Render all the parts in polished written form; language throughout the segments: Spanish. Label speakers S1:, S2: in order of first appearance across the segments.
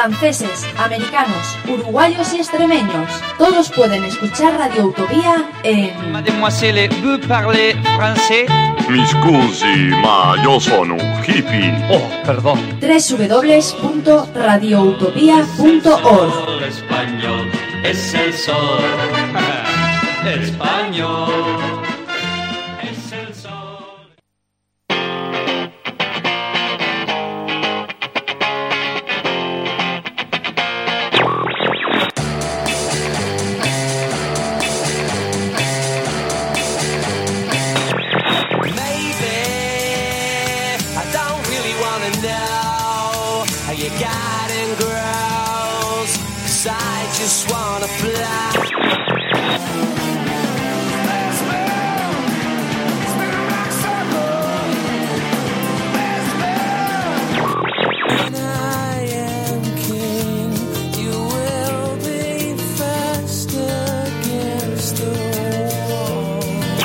S1: franceses, americanos, uruguayos y extremeños. Todos pueden escuchar Radio Utopía en...
S2: Mademoiselle, vous parlez français?
S3: Mi scusi, ma io sono un hippie.
S2: Oh, perdón.
S1: www.radioutopia.org.
S4: Español es el sol. Español es el sol.
S5: Just wanna fly. When I am king, you will be fast against the wall.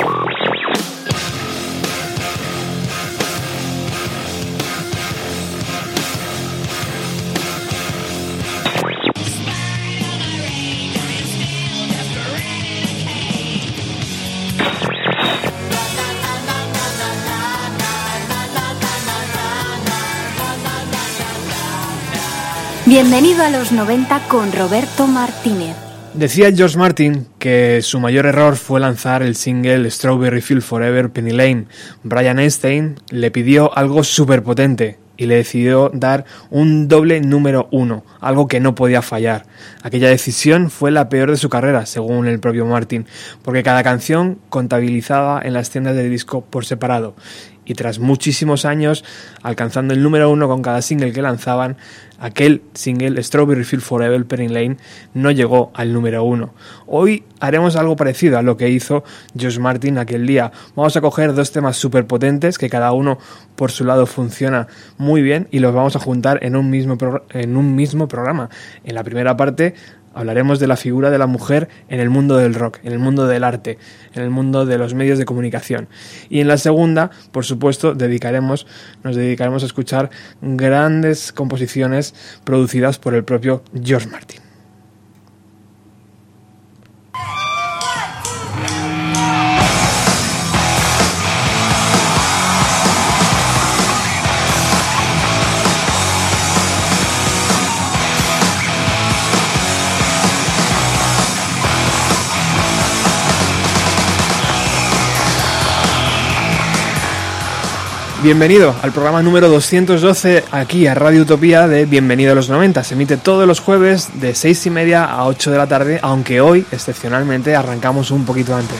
S6: Bienvenido a los 90 con Roberto Martínez.
S7: Decía George Martin que su mayor error fue lanzar el single Strawberry Fields Forever, Penny Lane. Brian Epstein le pidió algo súper potente y le decidió dar un doble número 1, algo que no podía fallar. Aquella decisión fue la peor de su carrera, según el propio Martin, porque cada canción contabilizaba en las tiendas del disco por separado. Y tras muchísimos años, alcanzando el número 1 con cada single que lanzaban, aquel single, Strawberry Fields Forever, Penny Lane, no llegó al número 1. Hoy haremos algo parecido a lo que hizo George Martin aquel día. Vamos a coger dos temas súper potentes, que cada uno por su lado funciona muy bien, y los vamos a juntar en un mismo programa. En la primera parte hablaremos de la figura de la mujer en el mundo del rock, en el mundo del arte, en el mundo de los medios de comunicación. Y en la segunda, por supuesto, nos dedicaremos a escuchar grandes composiciones producidas por el propio George Martin. Bienvenido al programa número 212 aquí a Radio Utopía de Bienvenido a los 90. Se emite todos los jueves de 6:30 a 8 de la tarde, aunque hoy, excepcionalmente, arrancamos un poquito antes.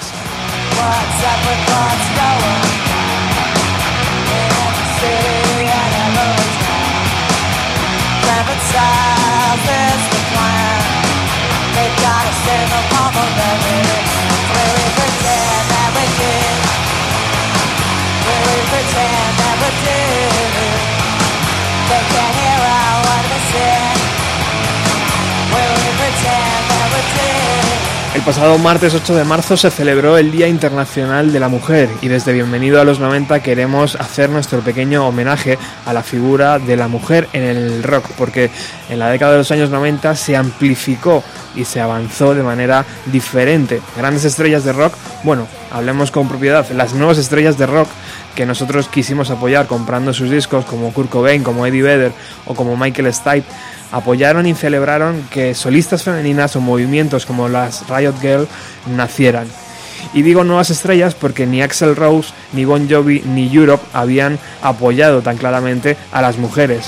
S7: El pasado martes 8 de marzo se celebró el Día Internacional de la Mujer y desde Bienvenido a los 90 queremos hacer nuestro pequeño homenaje a la figura de la mujer en el rock, porque en la década de los años 90 se amplificó y se avanzó de manera diferente. Grandes estrellas de rock, bueno, hablemos con propiedad, las nuevas estrellas de rock que nosotros quisimos apoyar comprando sus discos, como Kurt Cobain, como Eddie Vedder o como Michael Stipe, apoyaron y celebraron que solistas femeninas o movimientos como las Riot Girl nacieran. Y digo nuevas estrellas porque ni Axl Rose, ni Bon Jovi, ni Europe habían apoyado tan claramente a las mujeres.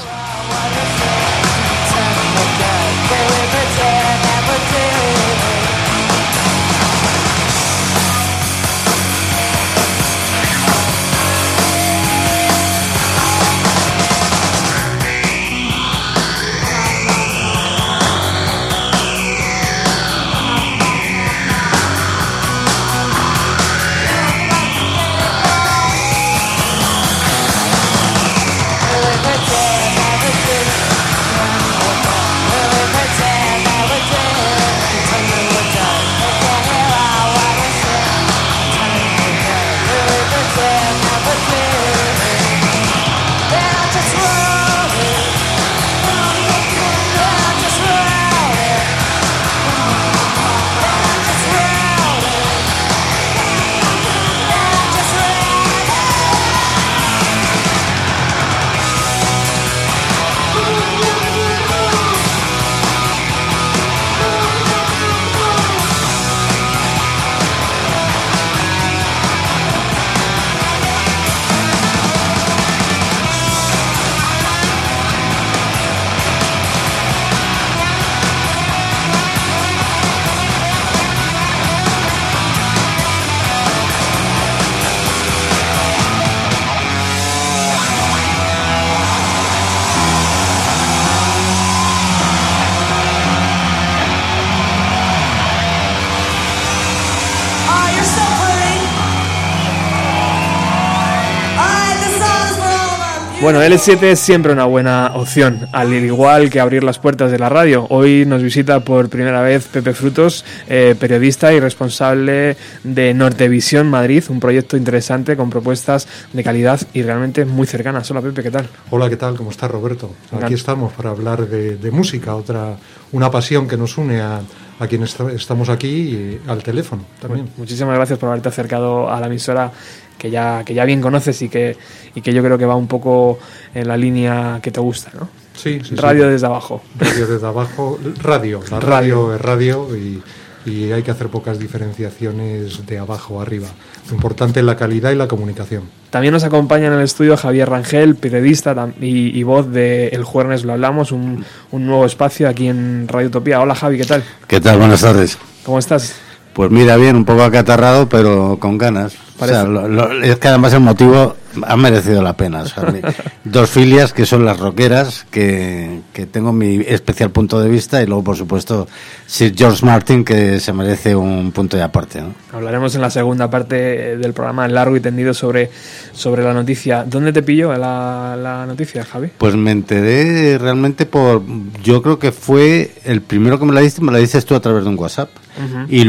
S7: Bueno, L7 es siempre una buena opción, al igual que abrir las puertas de la radio. Hoy nos visita por primera vez Pepe Frutos, periodista y responsable de Nortevisión Madrid, un proyecto interesante con propuestas de calidad y realmente muy cercanas. Hola Pepe, ¿qué tal?
S8: Hola, ¿qué tal? ¿Cómo estás, Roberto? Aquí estamos para hablar de música, una pasión que nos une a quienes estamos aquí y al teléfono también.
S7: Bueno, muchísimas gracias por haberte acercado a la emisora que ya bien conoces y que yo creo que va un poco en la línea que te gusta, ¿no?
S8: Sí.
S7: Radio desde abajo.
S8: Radio desde abajo, radio. La radio es radio y hay que hacer pocas diferenciaciones de abajo a arriba. Lo importante es la calidad y la comunicación.
S7: También nos acompaña en el estudio Javier Rangel, periodista y voz de El Jueves Lo Hablamos, un nuevo espacio aquí en Radio Utopía. Hola Javi, ¿qué tal?
S9: ¿Qué tal? Buenas tardes.
S7: ¿Cómo estás?
S9: Pues mira, bien, un poco acatarrado, pero con ganas. Parece. O sea, es que además el motivo ha merecido la pena. O sea, dos filias que son las rockeras, que tengo mi especial punto de vista, y luego, por supuesto, Sir George Martin, que se merece un punto de aparte, ¿no? Hablaremos en la segunda parte del programa, largo y tendido, sobre la noticia. ¿Dónde te pilló la noticia, Javi? Pues me enteré realmente yo creo que fue el primero que me la dices tú a través de un WhatsApp. Uh-huh. Y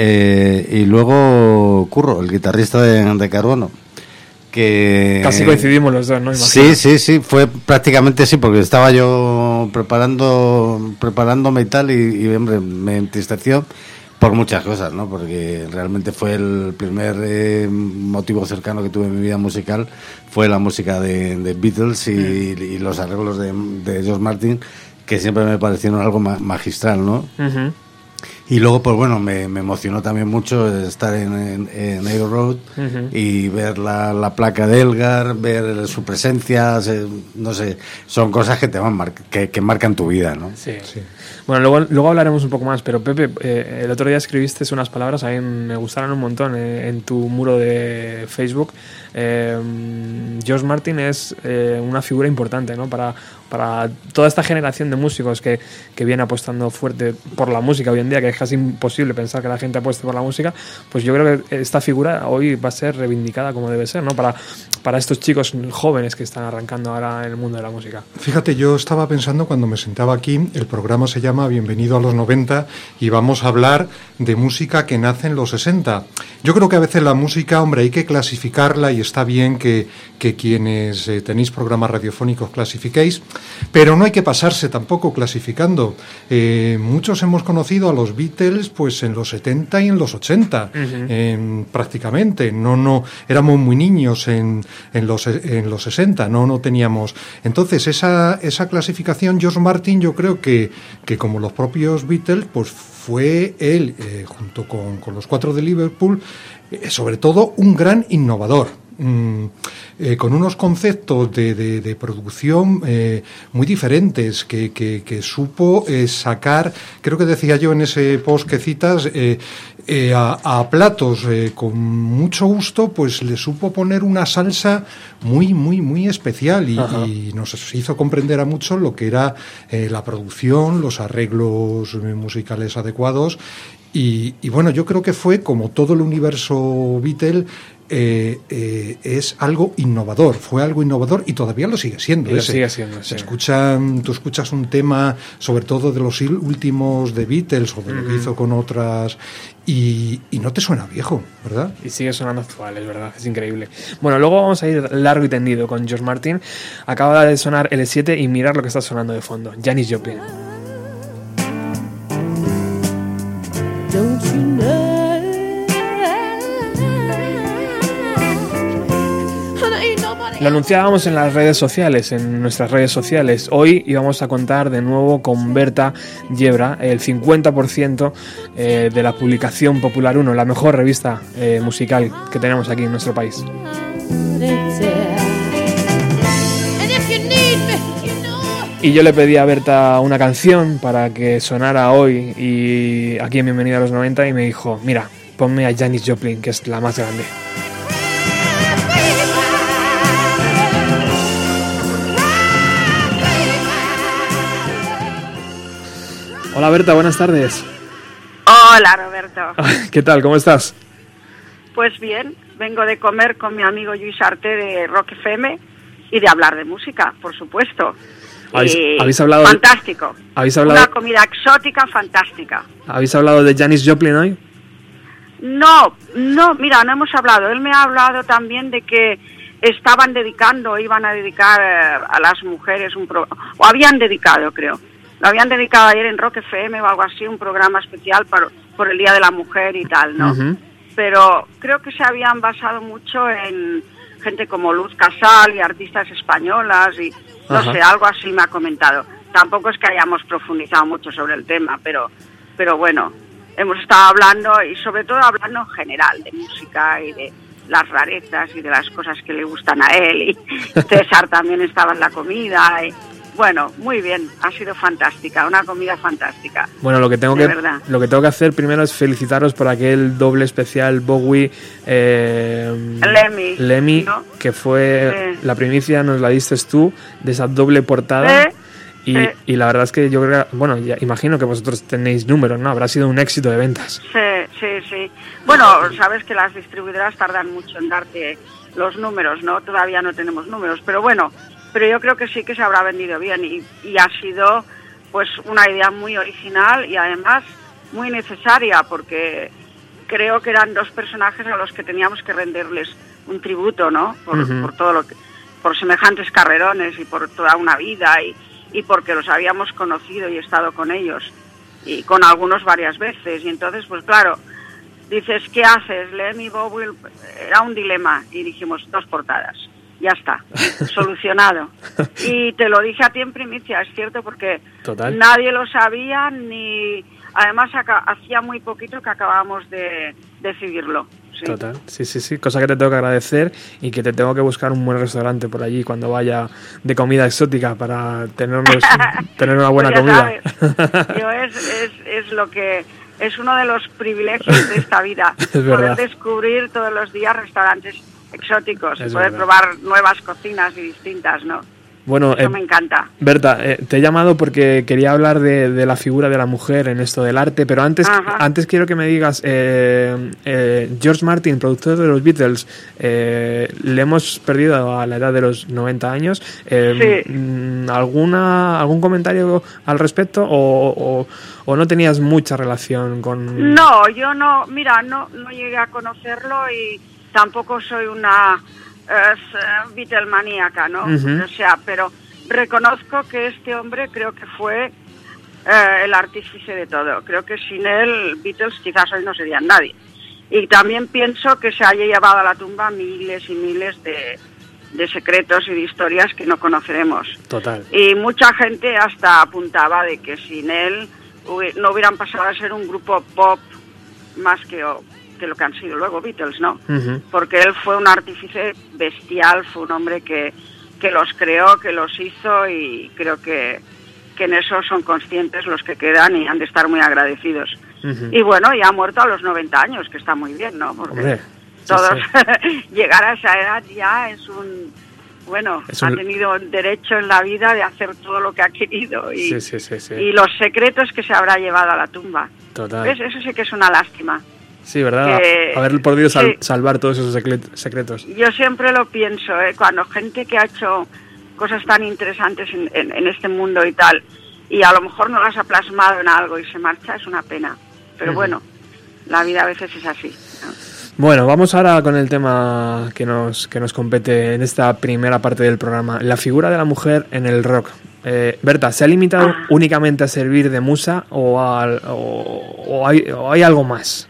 S9: luego Curro, el guitarrista de Carbono, que casi coincidimos los dos, ¿no? Imagino. Sí, fue prácticamente así, porque estaba yo preparándome y tal, y hombre, me entristeció por muchas cosas, ¿no? Porque realmente fue el primer motivo cercano que tuve en mi vida musical, fue la música de Beatles y los arreglos de George Martin, que siempre me parecieron algo magistral, ¿no? Uh-huh. Y luego, pues bueno, me emocionó también mucho estar en Abbey Road, uh-huh, y ver la placa de Elgar, ver su presencia, no sé, son cosas que te van que marcan tu vida, ¿no? Sí. Bueno, luego hablaremos un poco más, pero Pepe, el otro día escribiste unas palabras, a mí me gustaron un montón en tu muro de Facebook. George Martin es una figura importante, ¿no? Para toda esta generación de músicos que viene apostando fuerte por la música hoy en día, que es casi imposible pensar que la gente apueste por la música. Pues yo creo que esta figura hoy va a ser reivindicada como debe ser, ¿no? Para estos chicos jóvenes que están arrancando ahora en el mundo de la música.
S8: Fíjate, yo estaba pensando cuando me sentaba aquí, el programa se llama Bienvenido a los 90 y vamos a hablar de música que nace en los 60. Yo creo que a veces la música, hombre, hay que clasificarla y está bien que quienes tenéis programas radiofónicos clasifiquéis, pero no hay que pasarse tampoco clasificando. Muchos hemos conocido a los Beatles pues en los 70 y en los 80, uh-huh, prácticamente. No éramos muy niños en los 60, no teníamos. Entonces esa clasificación, George Martin, yo creo que como los propios Beatles, pues fue él, junto con los cuatro de Liverpool, sobre todo un gran innovador. Con unos conceptos de producción muy diferentes que supo sacar, creo que decía yo en ese post que citas, a platos con mucho gusto, pues le supo poner una salsa muy, muy, muy especial y nos hizo comprender a muchos lo que era la producción, los arreglos musicales adecuados y bueno, yo creo que fue, como todo el universo Beatle, es algo innovador, fue algo innovador y todavía lo sigue siendo. Sí. Tú escuchas un tema, sobre todo de los últimos de Beatles o de lo que hizo con otras, y no te suena viejo, ¿verdad? Y sigue sonando actual, es verdad, es increíble. Bueno, luego vamos a ir largo y tendido con George Martin. Acaba de sonar L7 y mirar lo que está sonando de fondo, Janis Joplin. Don't you know? Lo anunciábamos en las redes sociales, en nuestras redes sociales. Hoy íbamos a contar de nuevo con Berta Yebra, el 50% de la publicación Popular 1, la mejor revista musical que tenemos aquí en nuestro país. Y yo le pedí a Berta una canción para que sonara hoy y aquí en Bienvenido a los 90 y me dijo, mira, ponme a Janis Joplin, que es la más grande. Hola Berta, buenas tardes.
S10: Hola Roberto.
S7: ¿Qué tal? ¿Cómo estás?
S10: Pues bien, vengo de comer con mi amigo Luis Arte de Rock FM de hablar de música, por supuesto.
S7: ¿Habéis hablado
S10: fantástico. Una comida exótica fantástica.
S7: ¿Habéis hablado de Janis Joplin hoy?
S10: No, mira, no hemos hablado. Él me ha hablado también de que iban a dedicar a las mujeres o habían dedicado, creo. Lo habían dedicado ayer en Rock FM o algo así, un programa especial por el Día de la Mujer y tal, ¿no? Uh-huh. Pero creo que se habían basado mucho en gente como Luz Casal y artistas españolas y no sé, algo así me ha comentado. Tampoco es que hayamos profundizado mucho sobre el tema, pero bueno, hemos estado hablando y sobre todo hablando en general de música y de las rarezas y de las cosas que le gustan a él, y César también estaba en la comida y bueno, muy bien, ha sido fantástica, una comida fantástica.
S7: Bueno, lo que tengo que hacer primero es felicitaros por aquel doble especial Bowie Lemmy, ¿no? Que fue la primicia, nos la diste tú, de esa doble portada. Y la verdad es que yo creo que, bueno, ya imagino que vosotros tenéis números, ¿no? Habrá sido un éxito de ventas.
S10: Sí. Bueno, sabes que las distribuidoras tardan mucho en darte los números, ¿no? Todavía no tenemos números, pero yo creo que sí que se habrá vendido bien y ha sido pues una idea muy original y además muy necesaria, porque creo que eran dos personajes a los que teníamos que rendirles un tributo, ¿no? Por todo lo que, por semejantes carrerones y por toda una vida y porque los habíamos conocido y estado con ellos y con algunos varias veces, y entonces pues claro, dices, ¿qué haces? Lemmy, Bowie, era un dilema y dijimos 2 portadas. Ya está, solucionado. Y te lo dije a ti en primicia, es cierto, porque Total. Nadie lo sabía, ni además hacía muy poquito que acabábamos de decidirlo. Sí.
S7: Total, sí, cosa que te tengo que agradecer y que te tengo que buscar un buen restaurante por allí cuando vaya de comida exótica para tener una buena comida.
S10: Yo es lo que es uno de los privilegios de esta vida, poder descubrir todos los días restaurantes exóticos, poder probar nuevas cocinas y distintas, ¿no?
S7: Bueno,
S10: eso me encanta.
S7: Berta, te he llamado porque quería hablar de la figura de la mujer en esto del arte, pero antes quiero que me digas, George Martin, productor de los Beatles, le hemos perdido a la edad de los 90 años. Sí. ¿Algún comentario al respecto o no tenías mucha relación con...?
S10: No, yo no llegué a conocerlo y tampoco soy una Beatlemaníaca, ¿no? Uh-huh. O sea, pero reconozco que este hombre creo que fue el artífice de todo. Creo que sin él Beatles quizás hoy no serían nadie. Y también pienso que se haya llevado a la tumba miles y miles de secretos y de historias que no conoceremos.
S7: Total.
S10: Y mucha gente hasta apuntaba de que sin él no hubieran pasado a ser un grupo pop más que lo que han sido luego Beatles, ¿no? Uh-huh. Porque él fue un artífice bestial, fue un hombre que los creó, que los hizo, y creo que en eso son conscientes los que quedan y han de estar muy agradecidos. Uh-huh. Y bueno, ya ha muerto a los 90 años, que está muy bien, ¿no? Porque todos llegar a esa edad ya ha tenido derecho en la vida de hacer todo lo que ha querido y los secretos que se habrá llevado a la tumba.
S7: Total.
S10: ¿Ves? Eso sí que es una lástima.
S7: Sí, ¿verdad? Haber podido salvar todos esos secretos.
S10: Yo siempre lo pienso, cuando gente que ha hecho cosas tan interesantes en este mundo y tal, y a lo mejor no las ha plasmado en algo y se marcha, es una pena. Pero bueno, la vida a veces es así, ¿no?
S7: Bueno, vamos ahora con el tema que nos compete en esta primera parte del programa, la figura de la mujer en el rock. Berta, ¿se ha limitado únicamente a servir de musa o hay algo más?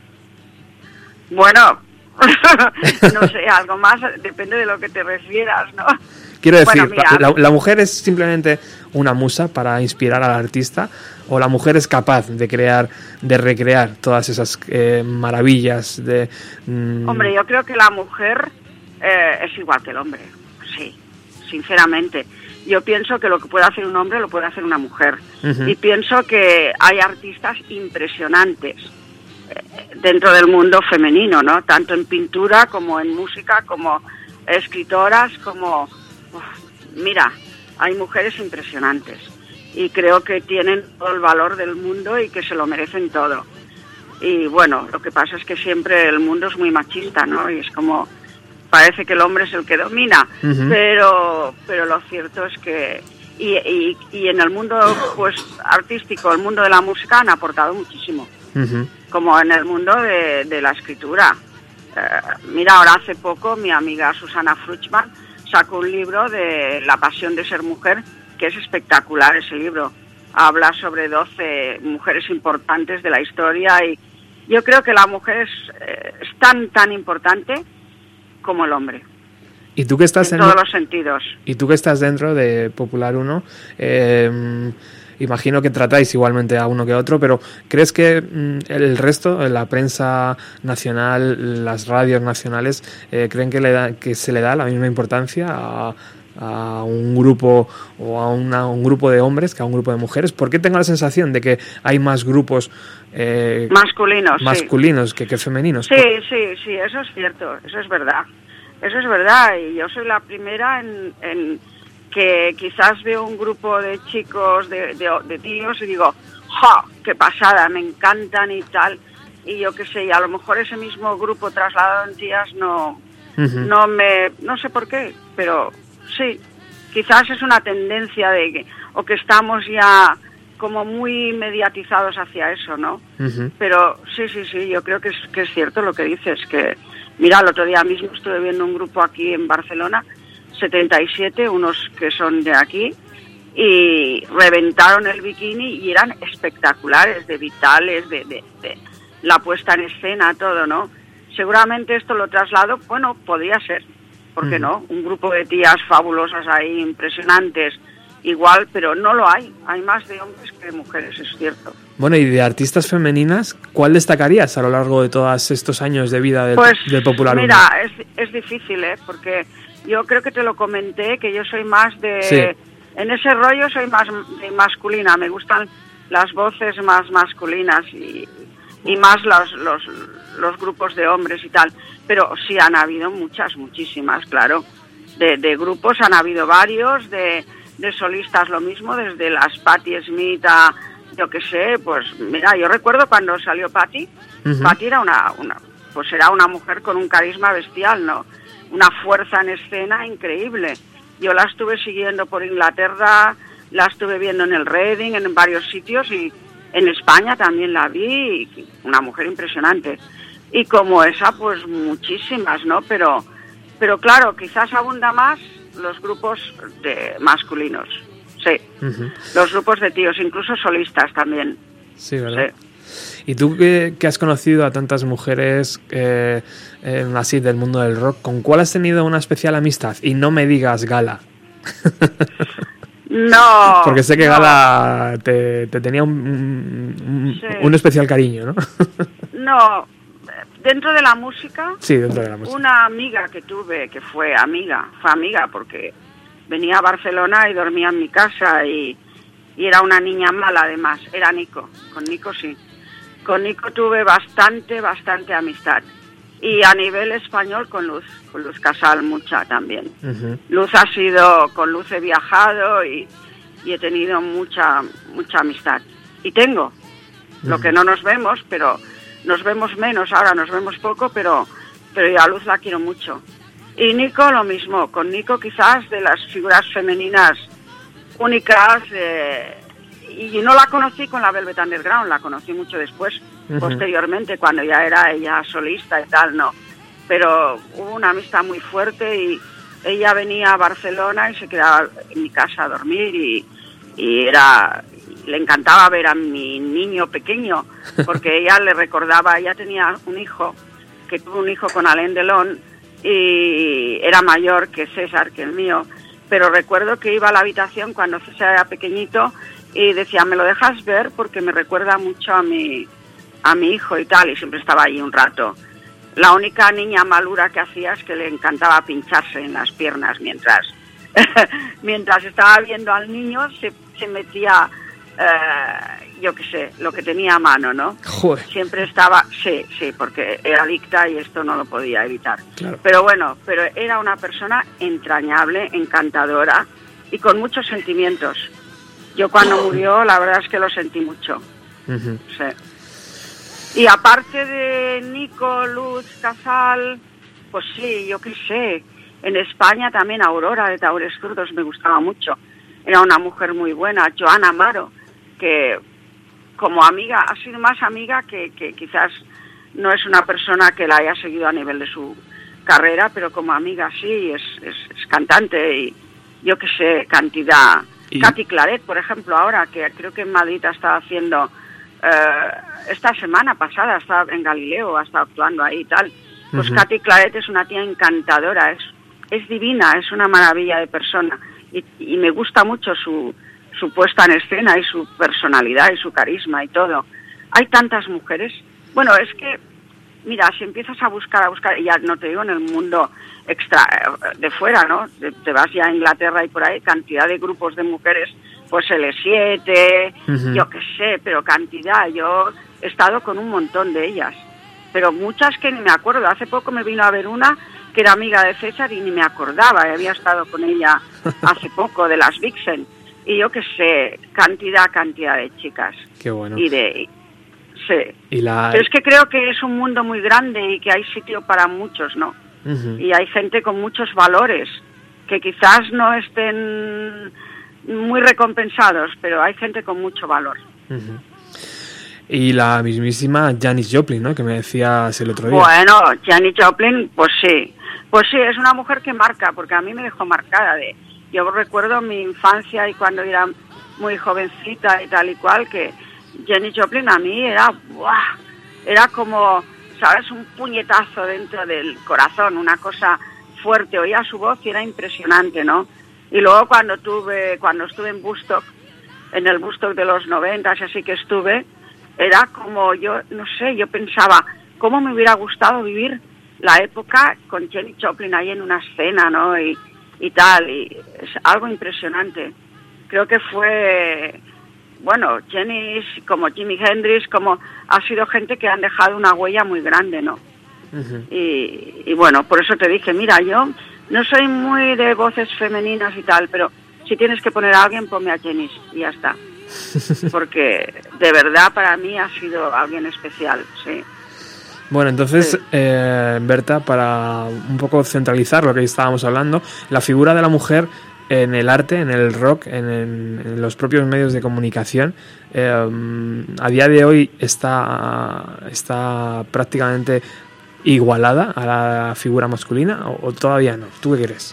S10: Bueno, no sé, algo más, depende de lo que te refieras, ¿no?
S7: Quiero decir, ¿la mujer es simplemente una musa para inspirar al artista o la mujer es capaz de recrear todas esas maravillas de...
S10: Hombre, yo creo que la mujer es igual que el hombre, sí, sinceramente. Yo pienso que lo que puede hacer un hombre lo puede hacer una mujer. Uh-huh. Y pienso que hay artistas impresionantes dentro del mundo femenino, ¿no? Tanto en pintura como en música, como escritoras, como... mira, hay mujeres impresionantes y creo que tienen todo el valor del mundo y que se lo merecen todo. Y bueno, lo que pasa es que siempre el mundo es muy machista, ¿no? Y es como parece que el hombre es el que domina, pero lo cierto es que y en el mundo pues artístico, el mundo de la música han aportado muchísimo, como en el mundo de la escritura. Mira, ahora hace poco mi amiga Susana Fruchman sacó un libro de La pasión de ser mujer, que es espectacular ese libro. Habla sobre 12 mujeres importantes de la historia y yo creo que la mujer es tan importante como el hombre.
S7: ¿Y tú que estás
S10: en todos los sentidos?
S7: Y tú que estás dentro de Popular 1, imagino que tratáis igualmente a uno que a otro, pero ¿crees que el resto, la prensa nacional, las radios nacionales, creen que se le da la misma importancia a un grupo o a un grupo de hombres que a un grupo de mujeres? ¿Por qué tengo la sensación de que hay más grupos masculinos que femeninos?
S10: Sí, eso es cierto, eso es verdad, y yo soy la primera en que quizás veo un grupo de chicos, de tíos y digo, ¡ja! ¡Qué pasada! Me encantan y tal, y yo qué sé, y a lo mejor ese mismo grupo trasladado en tías no sé por qué, pero sí, quizás es una tendencia o que estamos ya como muy mediatizados hacia eso, ¿no? Pero sí, yo creo que es cierto lo que dices, que mira, el otro día mismo estuve viendo un grupo aquí en Barcelona, 77, unos que son de aquí, y reventaron el bikini y eran espectaculares, de vitales, de la puesta en escena, todo, ¿no? Seguramente esto lo traslado, bueno, podría ser, ¿por qué no? Un grupo de tías fabulosas ahí, impresionantes, igual, pero no lo hay más de hombres que de mujeres, es cierto.
S7: Bueno, y de artistas femeninas, ¿cuál destacarías a lo largo de todos estos años de vida del Popular 1?
S10: Mira, es difícil, porque yo creo que te lo comenté, que yo soy más de... Sí. En ese rollo soy más de masculina, me gustan las voces más masculinas y más los grupos de hombres y tal, pero sí han habido muchísimas, claro. De grupos han habido varios, de solistas lo mismo, desde las Patti Smith a, yo qué sé, pues mira, yo recuerdo cuando salió Patti, Patti era una mujer con un carisma bestial, ¿no? Una fuerza en escena increíble. Yo la estuve siguiendo por Inglaterra, la estuve viendo en el Reading, en varios sitios, y en España también la vi, una mujer impresionante. Y como esa, pues muchísimas, ¿no? Pero claro, quizás abunda más los grupos de masculinos, sí. Los grupos de tíos, incluso solistas también.
S7: Sí, ¿verdad?
S10: Sí.
S7: Y tú que has conocido a tantas mujeres así del mundo del rock, ¿con cuál has tenido una especial amistad? Y no me digas Gala.
S10: No.
S7: Porque sé que Gala te tenía un especial cariño, ¿no?
S10: No. Dentro de la música,
S7: sí, dentro de la música,
S10: una amiga que tuve, que fue amiga porque venía a Barcelona y dormía en mi casa y era una niña mala además, era Nico, con Nico sí. Con Nico tuve bastante amistad. Y a nivel español con Luz Casal mucha también. Con Luz he viajado y he tenido mucha amistad. Y tengo, lo que no nos vemos, pero nos vemos menos, ahora nos vemos poco, pero yo a Luz la quiero mucho. Y Nico lo mismo, con Nico quizás de las figuras femeninas únicas, y no la conocí con la Velvet Underground, la conocí mucho después, posteriormente, cuando ya era ella solista y tal, ¿no? Pero hubo una amistad muy fuerte y ella venía a Barcelona y se quedaba en mi casa a dormir y le encantaba ver a mi niño pequeño, porque ella le recordaba, ella tenía un hijo, que tuvo un hijo con Alain Delon y era mayor que César, que el mío, pero recuerdo que iba a la habitación cuando César era pequeñito y decía, ¿me lo dejas ver? Porque me recuerda mucho a mi hijo y tal, y siempre estaba allí un rato. La única niña malura que hacía es que le encantaba pincharse en las piernas mientras estaba viendo al niño, se metía, yo qué sé, lo que tenía a mano, ¿no?
S7: Joder.
S10: Siempre estaba, sí, porque era adicta y esto no lo podía evitar.
S7: Claro.
S10: Pero bueno, era una persona entrañable, encantadora y con muchos sentimientos. Yo cuando murió, la verdad es que lo sentí mucho. Sí. Y aparte de Nico, Luz, Casal, Pues sí, yo qué sé. En España también Aurora de Taures Zurdos me gustaba mucho. Era una mujer muy buena. Joana Amaro, que como amiga, ha sido más amiga que quizás no es una persona que la haya seguido a nivel de su carrera, pero como amiga sí, es cantante y yo qué sé, cantidad. Katy Claret, por ejemplo, ahora, que creo que en Madrid ha estado haciendo, esta semana pasada, ha estado en Galileo, ha estado actuando ahí y tal. Pues Katy Claret es una tía encantadora, es divina, es una maravilla de persona y me gusta mucho su puesta en escena y su personalidad y su carisma y todo. Hay tantas mujeres. Bueno, es que, mira, si empiezas a buscar, y ya no te digo en el mundo extra de fuera, ¿no? Te vas ya a Inglaterra y por ahí, cantidad de grupos de mujeres, pues L7, yo qué sé, pero cantidad. Yo he estado con un montón de ellas, pero muchas que ni me acuerdo. Hace poco me vino a ver una que era amiga de César y ni me acordaba, había estado con ella hace poco, de las Vixen, y yo qué sé, cantidad de chicas.
S7: Qué bueno.
S10: Sí. Pero es que creo que es un mundo muy grande y que hay sitio para muchos, ¿no? Y hay gente con muchos valores que quizás no estén muy recompensados, pero hay gente con mucho valor.
S7: Y la mismísima Janis Joplin, ¿no? Que me decías el otro día.
S10: Bueno, Janis Joplin, pues sí, es una mujer que marca, porque a mí me dejó marcada. Yo recuerdo mi infancia y cuando era muy jovencita y tal y cual, que Janis Joplin a mí era como, ¿sabes? Un puñetazo dentro del corazón, una cosa fuerte. Oía su voz y era impresionante, ¿no? Y luego cuando estuve en Woodstock, en el Woodstock de los 90, así que estuve, era como, yo no sé, yo pensaba, ¿cómo me hubiera gustado vivir la época con Janis Joplin ahí en una escena, ¿no? Y tal, y es algo impresionante. Creo que fue, bueno, Janis, como Jimi Hendrix, como ha sido gente que han dejado una huella muy grande, ¿no? Y bueno, por eso te dije, mira, yo no soy muy de voces femeninas y tal, pero si tienes que poner a alguien, ponme a Janis y ya está. Porque de verdad para mí ha sido alguien especial, sí.
S7: Bueno, entonces, Berta, para un poco centralizar lo que estábamos hablando, la figura de la mujer en el arte, en el rock, en los propios medios de comunicación, a día de hoy está prácticamente igualada a la figura masculina, o todavía no. ¿Tú qué crees?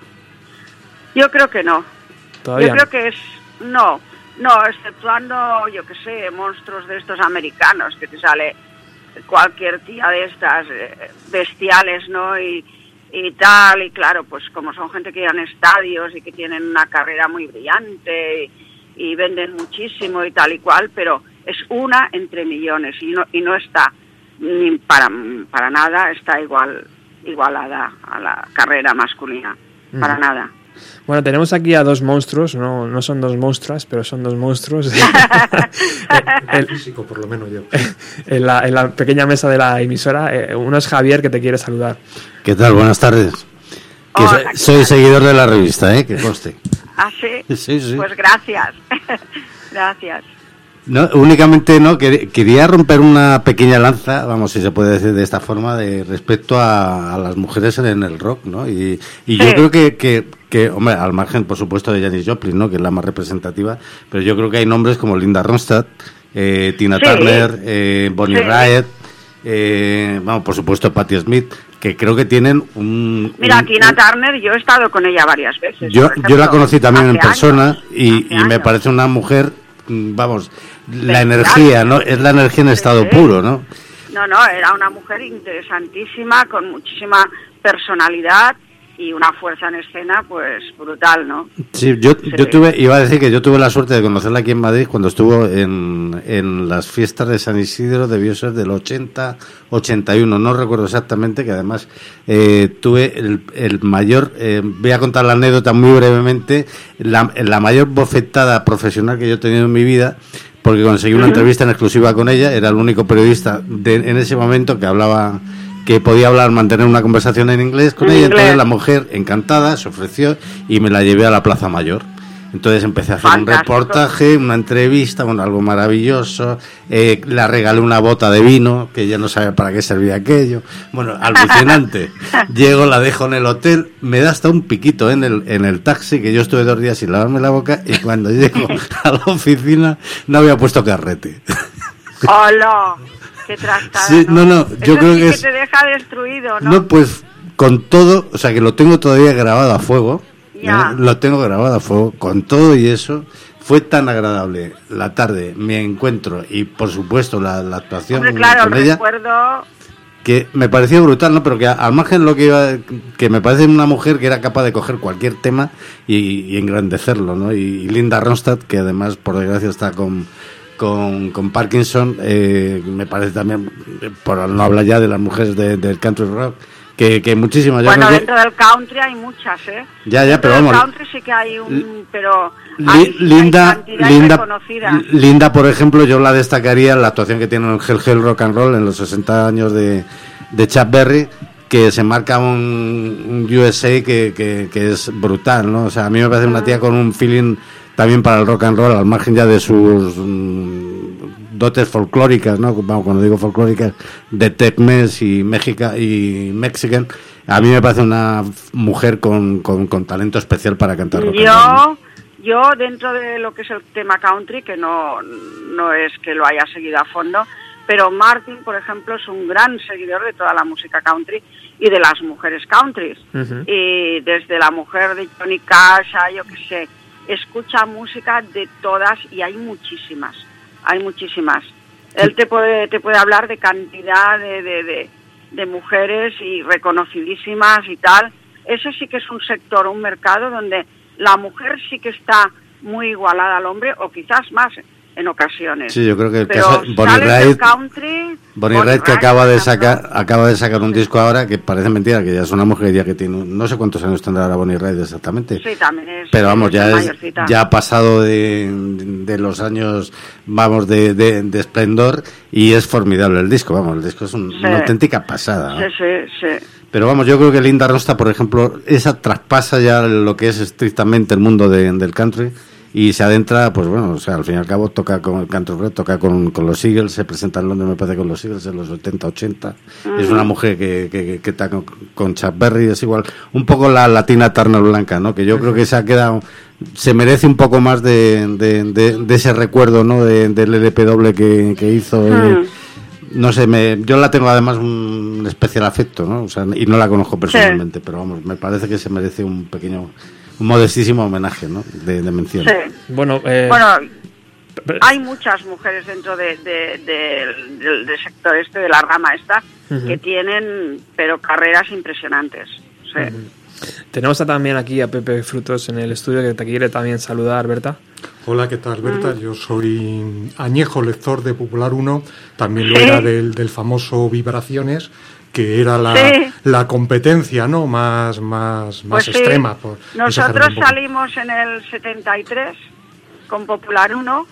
S10: Yo creo que no.
S7: ¿Todavía?
S10: Yo creo que es... No, exceptuando, yo qué sé, monstruos de estos americanos, que te sale cualquier tía de estas bestiales, ¿no? Y tal, y claro, pues como son gente que llevan estadios y que tienen una carrera muy brillante y venden muchísimo y tal y cual, pero es una entre millones y no está ni para nada está igualada a la carrera masculina, para nada.
S7: Bueno, tenemos aquí a dos monstruos, no son dos monstruas, pero son dos monstruos.
S8: El físico, por lo menos yo.
S7: En la pequeña mesa de la emisora, uno es Javier, que te quiere saludar.
S9: ¿Qué tal? Buenas tardes. Soy seguidor de la revista, que conste.
S10: ¿Ah, sí?
S9: Sí.
S10: Pues gracias. Gracias.
S9: No, únicamente quería romper una pequeña lanza, vamos, si se puede decir de esta forma, de respecto a las mujeres en el rock, ¿no? Y sí. Yo creo que, hombre, al margen, por supuesto, de Janis Joplin, ¿no? Que es la más representativa, pero yo creo que hay nombres como Linda Ronstadt, Tina Turner, Bonnie Raitt, vamos, por supuesto, Patti Smith, que creo que tienen
S10: Mira, Tina Turner, yo he estado con ella varias veces.
S9: Yo la conocí también en persona y me parece una mujer, vamos, la energía, ¿no? Es la energía en estado puro, ¿no?
S10: No, era una mujer interesantísima, con muchísima personalidad y una fuerza en escena, pues, brutal, ¿no?
S9: Sí, yo iba a decir que yo tuve la suerte de conocerla aquí en Madrid cuando estuvo en las fiestas de San Isidro, debió ser del 80-81, no recuerdo exactamente, que además tuve el mayor, voy a contar la anécdota muy brevemente, la mayor bofetada profesional que yo he tenido en mi vida, porque conseguí una entrevista en exclusiva con ella, era el único periodista en ese momento que podía mantener una conversación en inglés con ella. Entonces la mujer, encantada, se ofreció y me la llevé a la Plaza Mayor. Entonces empecé a hacer un reportaje, una entrevista, bueno, algo maravilloso. Le regalé una bota de vino, que ya no sabe para qué servía aquello. Bueno, alucinante. Llego, la dejo en el hotel, me da hasta un piquito en el taxi, que yo estuve 2 días sin lavarme la boca, y cuando llego a la oficina no había puesto carrete.
S10: ¡Hola! ¡Qué trastada!
S9: Sí, no, yo creo que
S10: te deja destruido, ¿no?
S9: No, pues con todo, o sea, que lo tengo todavía grabado a fuego. Lo tengo grabado a fuego, con todo y eso. Fue tan agradable la tarde, mi encuentro y por supuesto la actuación.
S10: Hombre, claro,
S9: con ella,
S10: recuerdo
S9: que me pareció brutal, ¿no? Pero que al margen lo que iba, que me parece una mujer que era capaz de coger cualquier tema y engrandecerlo, ¿no? Y Linda Ronstadt, que además por desgracia está con Parkinson, me parece también, por no hablar ya de las mujeres del country rock, que muchísimas.
S10: Bueno, dentro del country hay muchas, ¿eh?
S9: Ya, pero vamos.
S10: Dentro del country sí que hay pero
S9: Linda,
S10: reconocida.
S9: Linda, por ejemplo, yo la destacaría en la actuación que tiene en Hell Rock and Roll en los 60 años de Chuck Berry, que se marca un USA que es brutal, ¿no? O sea, a mí me parece una tía con un feeling también para el rock and roll, al margen ya de sus dotes folclóricas, ¿no? Vamos, cuando digo folclóricas, de Tex-Mex y Mexican, a mí me parece una mujer con talento especial para cantar rock and roll, ¿no?
S10: Yo dentro de lo que es el tema country, que no es que lo haya seguido a fondo, pero Martin, por ejemplo, es un gran seguidor de toda la música country y de las mujeres country. Y desde la mujer de Johnny Cash a yo qué sé, escucha música de todas y hay muchísimas. Él te puede hablar de cantidad de mujeres y reconocidísimas y tal. Ese sí que es un sector, un mercado donde la mujer sí que está muy igualada al hombre o quizás más en ocasiones.
S9: Sí, yo creo que el
S10: pero
S9: caso Bonnie Raitt que acaba de sacar un disco ahora que parece mentira, que ya es una mujer ya que tiene, no sé cuántos años tendrá ahora Bonnie Raitt exactamente.
S10: Sí, también es.
S9: Pero vamos, ya ha pasado de los años, vamos, de esplendor, y es formidable el disco, vamos, el disco es una auténtica pasada, ¿no?
S10: Sí.
S9: Pero vamos, yo creo que Linda Ronstadt, por ejemplo, esa traspasa ya lo que es estrictamente el mundo del country y se adentra, pues bueno, o sea, al fin y al cabo toca con el country rock, toca con los Eagles, se presenta en Londres, me parece, con los Eagles en los 70, 80. Es una mujer que está con Chuck Berry, es igual, un poco la latina Turner Blanca, ¿no? Que yo creo que se merece un poco más de ese recuerdo, ¿no? Del LP doble que hizo. No sé, yo la tengo además un especial afecto, ¿no? O sea, y no la conozco personalmente, pero vamos, me parece que se merece un modestísimo homenaje, ¿no? De mención.
S10: Sí.
S7: Bueno,
S10: hay muchas mujeres dentro del sector de la rama esta, que tienen, pero carreras impresionantes. Sí.
S7: Tenemos también aquí a Pepe Frutos en el estudio, que te quiere también saludar, Berta.
S8: Hola, ¿qué tal, Berta? Yo soy añejo lector de Popular 1, también lo era del famoso Vibraciones, que era la competencia, ¿no? más pues extrema.
S10: Nosotros salimos en el 73 con Popular 1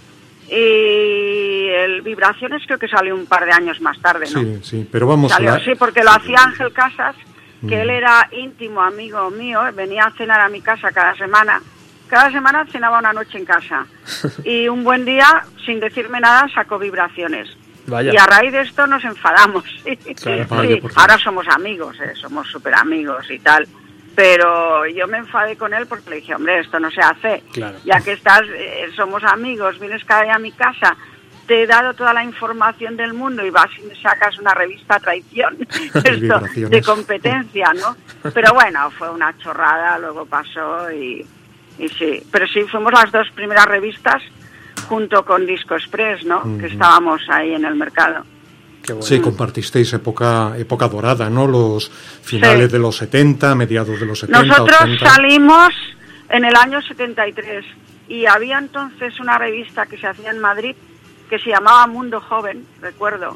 S10: y el Vibraciones creo que salió un par de años más tarde, ¿no?
S8: Sí, pero vamos
S10: Sí, porque lo hacía Ángel Casas, que él era íntimo amigo mío, venía a cenar a mi casa cada semana cenaba una noche en casa y un buen día, sin decirme nada, sacó Vibraciones. Vaya. Y a raíz de esto nos enfadamos. Claro, ahora somos amigos, somos súper amigos y tal, pero yo me enfadé con él porque le dije, hombre, esto no se hace, claro. Ya que somos amigos, vienes cada día a mi casa, te he dado toda la información del mundo y vas y me sacas una revista Traición esto, de competencia, ¿no? Pero bueno, fue una chorrada, luego pasó y sí, pero sí, fuimos las dos primeras revistas junto con Disco Express, ¿no? Que estábamos ahí en el mercado.
S8: Qué bueno. Sí, compartisteis época dorada, ¿no? Los finales de los 70, mediados de los 70,
S10: Nosotros
S8: 80.
S10: Salimos en el año 73 y había entonces una revista que se hacía en Madrid que se llamaba Mundo Joven, recuerdo,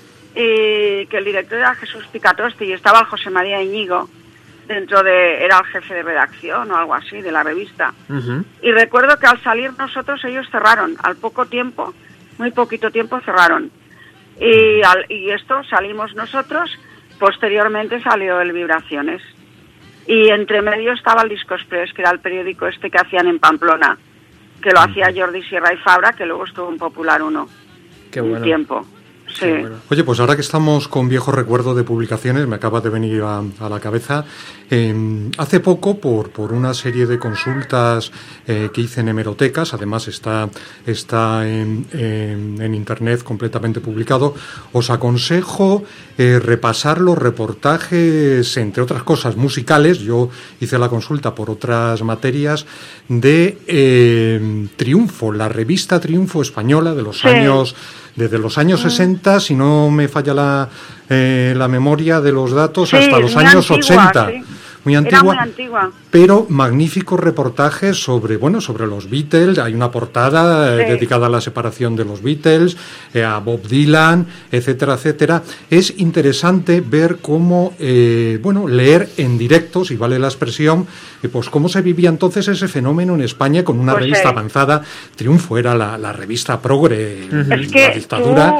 S10: y que el director era Jesús Picatosti y estaba José María Íñigo, era el jefe de redacción o algo así de la revista. Y recuerdo que al salir nosotros ellos cerraron, al poco tiempo, muy poquito tiempo cerraron. Y esto salimos nosotros, posteriormente salió el Vibraciones. Y entre medio estaba el Disco Express, que era el periódico que hacían en Pamplona. que lo hacía Jordi Sierra y Fabra, que luego estuvo en Popular 1 un tiempo. Sí.
S8: Bueno. Oye, pues ahora que estamos con viejo recuerdo de publicaciones, me acaba de venir a la cabeza. Hace poco, por una serie de consultas que hice en hemerotecas, además está en internet completamente publicado, os aconsejo repasar los reportajes, entre otras cosas musicales. Yo hice la consulta por otras materias de Triunfo, la revista Triunfo española de los años... Desde los años 60, si no me falla la memoria de los datos, hasta los años
S10: antigua,
S8: 80.
S10: Sí.
S8: Muy antigua,
S10: era muy antigua.
S8: Pero magníficos reportajes sobre los Beatles. Hay una portada dedicada a la separación de los Beatles, a Bob Dylan, etcétera, etcétera. Es interesante ver cómo, leer en directo, si vale la expresión, pues cómo se vivía entonces ese fenómeno en España con una revista avanzada. Triunfo era la revista progre,
S10: es que
S8: la dictadura.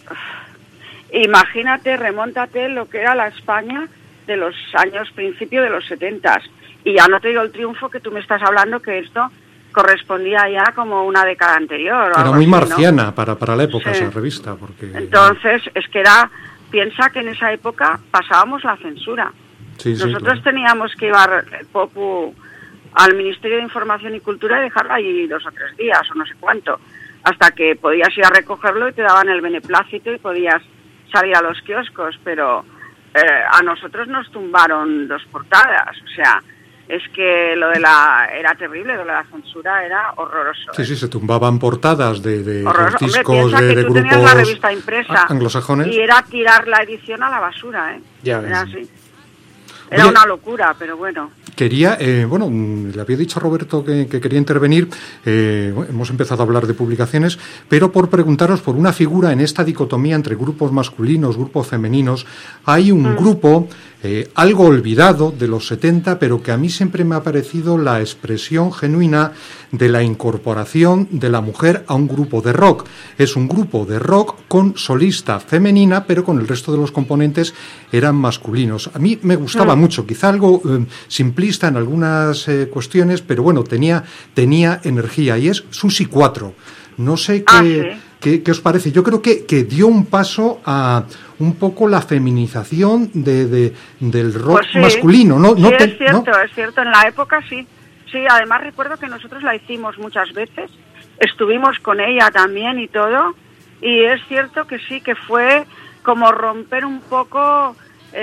S10: Imagínate, remóntate lo que era la España de los años, principio de los 70. Y ya no te digo el Triunfo que tú me estás hablando, que esto correspondía ya como una década anterior.
S8: Era muy
S10: así,
S8: marciana,
S10: ¿no?
S8: para la época esa revista. Porque
S10: entonces, es que piensa que en esa época pasábamos la censura.
S8: Sí,
S10: nosotros teníamos que llevar el Popu al Ministerio de Información y Cultura y dejarlo ahí 2 o 3 días, o no sé cuánto, hasta que podías ir a recogerlo y te daban el beneplácito y podías salir a los kioscos, pero... a nosotros nos tumbaron 2 portadas, o sea, es que era terrible, lo de la censura era horroroso.
S8: Sí, se tumbaban portadas de los discos
S10: de
S8: grupos
S10: tenías la revista impresa
S8: anglosajones.
S10: Y era tirar la edición a la basura,
S8: Ya
S10: era así. Era una locura, pero bueno.
S8: Quería, le había dicho a Roberto que quería intervenir, hemos empezado a hablar de publicaciones, pero por preguntaros por una figura en esta dicotomía entre grupos masculinos, grupos femeninos. Hay un grupo algo olvidado de los 70, pero que a mí siempre me ha parecido la expresión genuina de la incorporación de la mujer a un grupo de rock. Es un grupo de rock con solista femenina, pero con el resto de los componentes eran masculinos. A mí me gustaba mucho, quizá algo simplista en algunas cuestiones, pero bueno, tenía energía, y es Susi 4. No sé qué os parece. Yo creo que dio un paso a un poco la feminización del rock masculino.
S10: Es cierto, en la época sí. Sí, además recuerdo que nosotros la hicimos muchas veces, estuvimos con ella también y todo, y es cierto que sí, que fue como romper un poco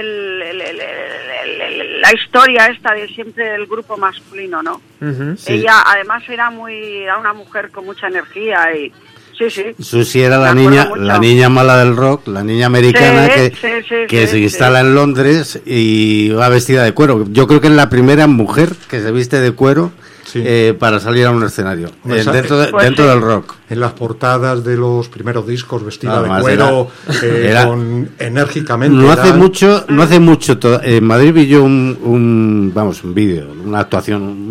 S10: la historia esta de siempre del grupo masculino, ¿no?
S9: Sí.
S10: Ella además era una mujer con mucha energía y sí.
S9: Susi era la niña mala del rock, la niña americana que se instala en Londres y va vestida de cuero. Yo creo que es la primera mujer que se viste de cuero para salir a un escenario dentro del rock.
S8: En las portadas de los primeros discos, vestida de cuero, enérgicamente.
S9: No hace mucho. En Madrid vi yo un vídeo de una actuación,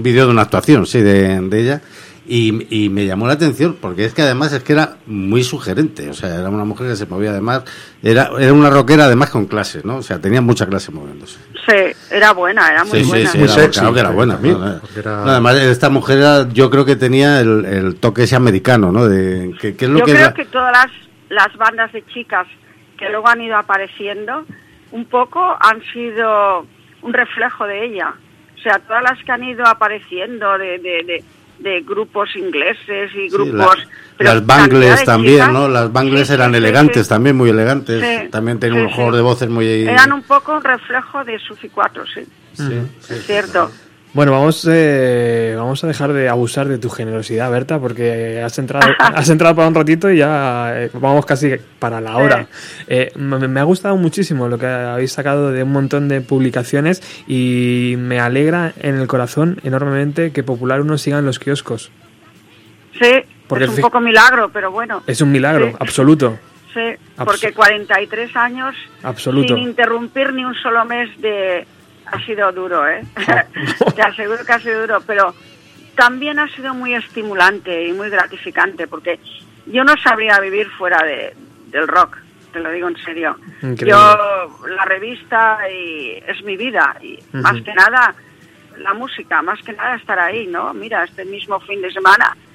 S9: de ella. Y me llamó la atención porque es que además era muy sugerente, o sea, era una mujer que se movía, además era una rockera además con clase, ¿no? O sea, tenía mucha clase moviéndose.
S10: Sí, era buena, era muy buena.
S9: Sí, muy sexy, claro que era buena. No, además, esta mujer yo creo que tenía el toque ese americano, ¿no?
S10: Creo que todas las bandas de chicas que luego han ido apareciendo un poco han sido un reflejo de ella. O sea, todas las que han ido apareciendo de grupos ingleses y grupos...
S9: las Bangles también, chicas, ¿no? Las Bangles eran elegantes, también muy elegantes. Sí, también tenían un juego de voces muy...
S10: Eran un poco un reflejo de Susi 4, es cierto.
S7: Bueno, vamos a dejar de abusar de tu generosidad, Berta, porque has entrado para un ratito y ya vamos casi para la hora. Me ha gustado muchísimo lo que habéis sacado de un montón de publicaciones y me alegra en el corazón enormemente que Popular 1 siga en los kioscos.
S10: Sí, porque es un poco milagro, pero bueno.
S7: Es un milagro, absoluto.
S10: Sí, porque 43 años
S7: absoluto.
S10: Sin interrumpir ni un solo mes ha sido duro, ¿eh? Te aseguro que ha sido duro, pero también ha sido muy estimulante y muy gratificante, porque yo no sabría vivir fuera del rock, te lo digo en serio. Increíble. La revista es mi vida, y más que nada la música, más que nada estar ahí, ¿no? Mira, este mismo fin de semana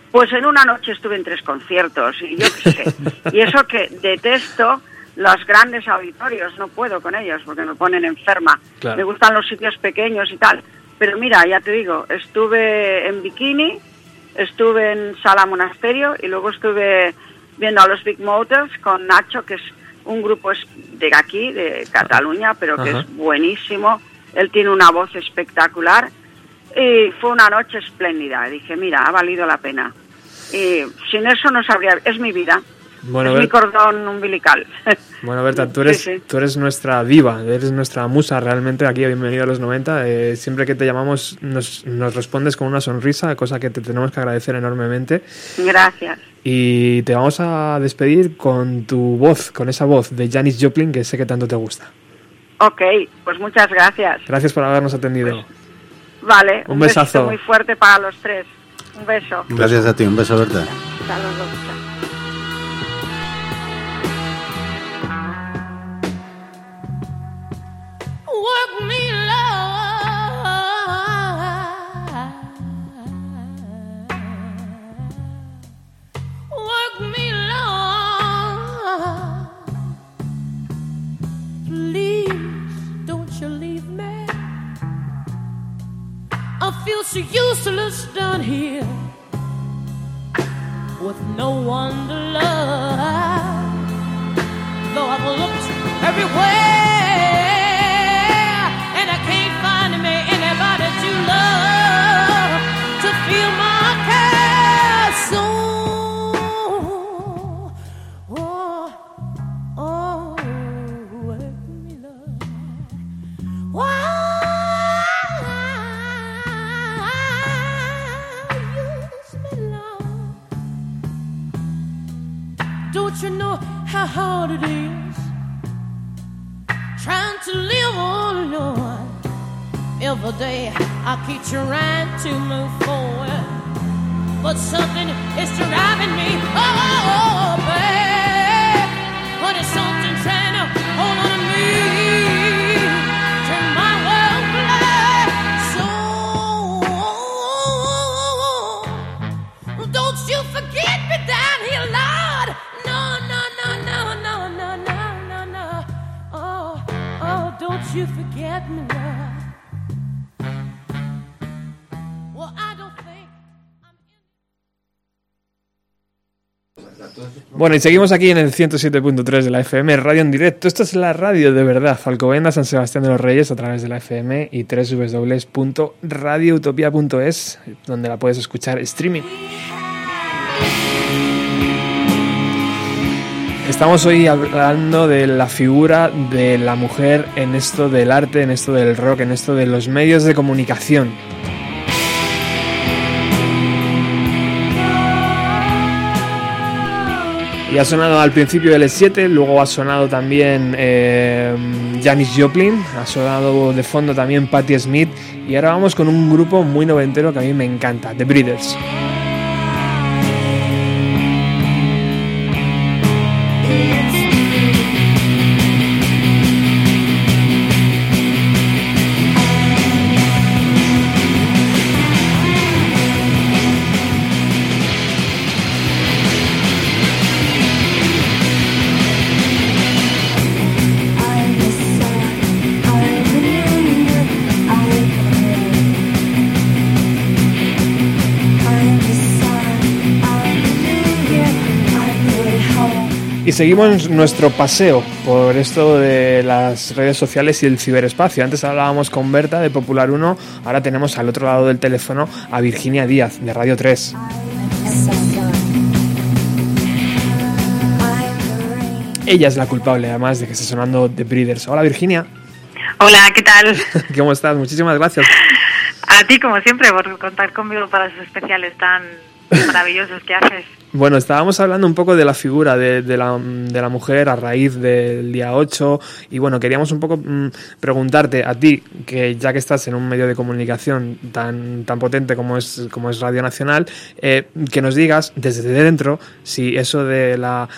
S10: Pues en una noche estuve en 3 conciertos y yo qué sé. Y eso que detesto los grandes auditorios, no puedo con ellos porque me ponen enferma.
S7: Claro.
S10: Me gustan los sitios pequeños y tal. Pero mira, ya te digo, estuve en Bikini, estuve en Sala Monasterio y luego estuve viendo a los Big Motors con Nacho, que es un grupo de aquí, de Cataluña, pero que es buenísimo. Él tiene una voz espectacular y fue una noche espléndida. Dije, mira, ha valido la pena. Y sin eso no sabría, es mi vida. Bueno, es mi cordón umbilical.
S7: Bueno, Berta, tú eres nuestra diva, eres nuestra musa realmente aquí, bienvenido a los 90. Siempre que te llamamos nos respondes con una sonrisa, cosa que te tenemos que agradecer enormemente.
S10: Gracias.
S7: Y te vamos a despedir con tu voz, con esa voz de Janis Joplin que sé que tanto te gusta.
S10: Ok, pues muchas gracias.
S7: Gracias por habernos atendido.
S10: Pues, vale,
S7: un besazo
S10: muy fuerte para los 3. Un beso.
S9: Gracias a ti, un beso, Berta.
S10: Hasta luego.
S5: Work me, Lord. Work me, Lord. Please don't you leave me. I feel so useless down here with no one to love. Though I've looked everywhere, to feel my care. So, work me, love. Why use me, love? Don't you know how hard it is trying to live on, Lord? Every day I keep trying to move forward, but something is driving me. Oh, babe, but it's something trying to hold on to me, turn my world black. So don't you forget me down here, Lord. No, no, no, no, no, no, no, no, no. Oh, don't you forget me, Lord.
S7: Bueno, y seguimos aquí en el 107.3 de la FM, radio en directo. Esto es la radio de verdad, Alcobendas, San Sebastián de los Reyes, a través de la FM y www.radioutopia.es, donde la puedes escuchar streaming. Estamos hoy hablando de la figura de la mujer en esto del arte, en esto del rock, en esto de los medios de comunicación. Y ha sonado al principio del E7, luego ha sonado también Janis Joplin, ha sonado de fondo también Patti Smith, y ahora vamos con un grupo muy noventero que a mí me encanta, The Breeders. Y seguimos nuestro paseo por esto de las redes sociales y el ciberespacio. Antes hablábamos con Berta de Popular 1, ahora tenemos al otro lado del teléfono a Virginia Díaz de Radio 3. Ella es la culpable además de que esté sonando The Breeders. Hola Virginia.
S11: Hola, ¿qué tal?
S7: ¿Cómo estás? Muchísimas gracias.
S11: A ti, como siempre, por contar conmigo para esos especiales tan maravillosos que haces.
S7: Bueno, estábamos hablando un poco de la figura de la mujer a raíz del día 8 y bueno, queríamos un poco preguntarte a ti, que ya que estás en un medio de comunicación tan potente como es Radio Nacional, que nos digas desde dentro si eso de la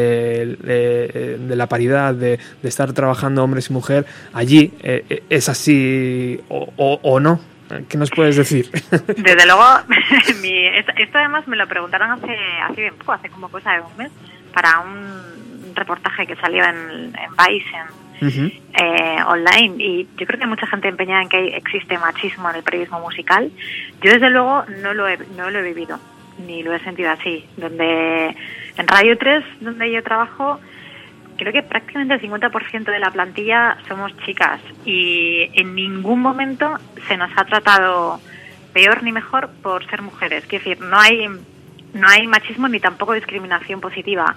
S7: paridad, de estar trabajando hombres y mujer allí es así o no. ¿Qué nos puedes decir?
S11: Desde luego, esto además me lo preguntaron hace bien poco, hace como cosa de un mes, para un reportaje que salió en Vice, online, y yo creo que hay mucha gente empeñada en que existe machismo en el periodismo musical. Yo desde luego no lo he vivido, ni lo he sentido así. En Radio 3, donde yo trabajo, creo que prácticamente el 50% de la plantilla somos chicas, y en ningún momento se nos ha tratado peor ni mejor por ser mujeres. Quiero decir, no hay machismo ni tampoco discriminación positiva.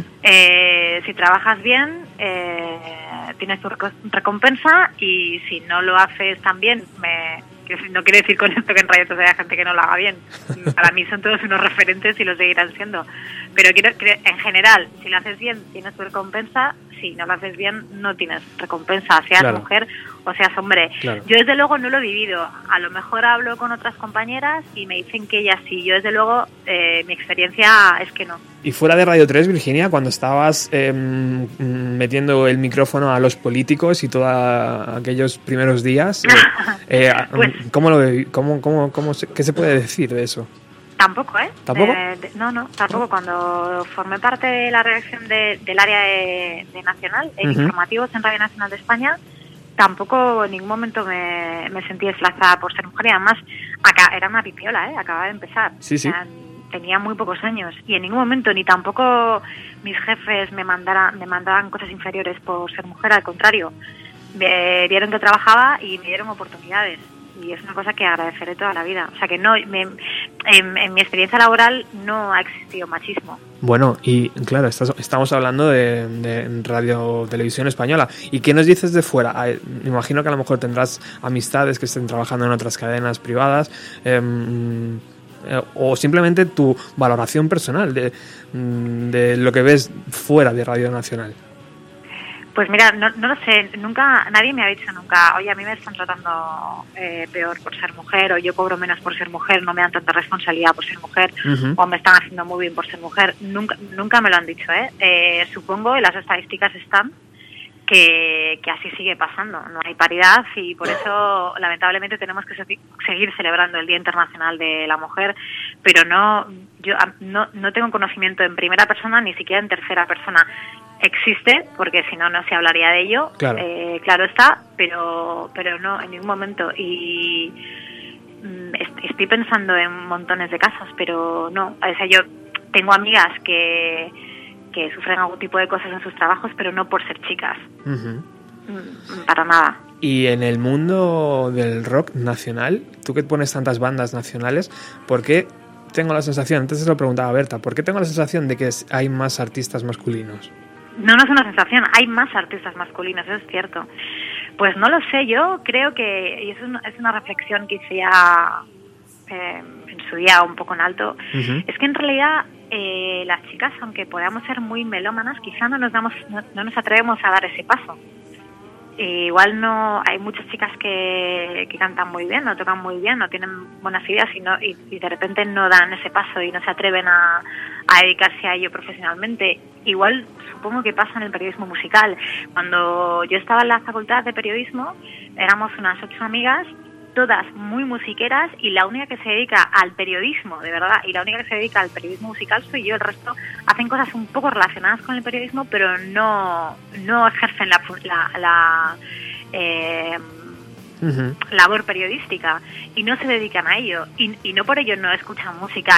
S11: Si trabajas bien, tienes tu recompensa, y si no lo haces tan bien, no quiere decir con esto que en Radio 3 haya gente que no lo haga bien. Para mí son todos unos referentes y lo seguirán siendo. Pero en general, si lo haces bien, tienes tu recompensa. Si no lo haces bien, no tienes recompensa, seas mujer o seas hombre. Yo desde luego no lo he vivido. A lo mejor hablo con otras compañeras y me dicen que ellas sí. Yo desde luego, mi experiencia es que no.
S7: Y fuera de Radio 3, Virginia, cuando estabas metiendo el micrófono a los políticos y todos aquellos primeros días, pues, ¿qué se puede decir de eso?
S11: Tampoco, ¿eh?
S7: ¿Tampoco?
S11: No, tampoco. Cuando formé parte de la redacción del área de Nacional, en informativos en Radio Nacional de España, tampoco en ningún momento me sentí desplazada por ser mujer, y además era una pipiola, acababa de empezar.
S7: Sí.
S11: Tenía muy pocos años, y en ningún momento ni tampoco mis jefes me mandaban cosas inferiores por ser mujer. Al contrario, vieron que trabajaba y me dieron oportunidades, y es una cosa que agradeceré toda la vida. O sea que en mi experiencia laboral no ha existido machismo.
S7: Bueno, y claro, estamos hablando de Radio Televisión Española. ¿Y qué nos dices de fuera? Me imagino que a lo mejor tendrás amistades que estén trabajando en otras cadenas privadas, o simplemente tu valoración personal de lo que ves fuera de Radio Nacional.
S11: Pues mira, no lo sé, nadie me ha dicho nunca, oye, a mí me están tratando peor por ser mujer, o yo cobro menos por ser mujer, no me dan tanta responsabilidad por ser mujer, o me están haciendo muy bien por ser mujer. Nunca me lo han dicho, supongo, y las estadísticas están, que así sigue pasando. No hay paridad, y por eso lamentablemente tenemos que seguir celebrando el Día Internacional de la Mujer, pero yo no tengo conocimiento en primera persona, ni siquiera en tercera persona. Existe, porque si no se hablaría de ello, claro está, pero no en ningún momento. Y estoy pensando en montones de casos, pero no. O sea, yo tengo amigas que sufren algún tipo de cosas en sus trabajos, pero no por ser chicas. Para nada.
S7: Y en el mundo del rock nacional, tú que pones tantas bandas nacionales, ¿por qué tengo la sensación, antes se lo preguntaba a Berta, ¿por qué tengo la sensación de que hay más artistas masculinos?
S11: No es una sensación, hay más artistas masculinos, eso es cierto. Pues no lo sé, yo creo que, y es una reflexión que hice ya en su día un poco en alto, es que en realidad las chicas, aunque podamos ser muy melómanas, quizá no nos atrevemos a dar ese paso. Igual hay muchas chicas que cantan muy bien, no tocan muy bien, no tienen buenas ideas, y de repente no dan ese paso y no se atreven a dedicarse a ello profesionalmente. Igual supongo que pasa en el periodismo musical. Cuando yo estaba en la facultad de periodismo, éramos unas 8 amigas, todas muy musiqueras, y la única que se dedica al periodismo, de verdad, y la única que se dedica al periodismo musical soy yo. El resto hacen cosas un poco relacionadas con el periodismo, pero no ejercen la labor periodística, y no se dedican a ello, y no por ello no escuchan música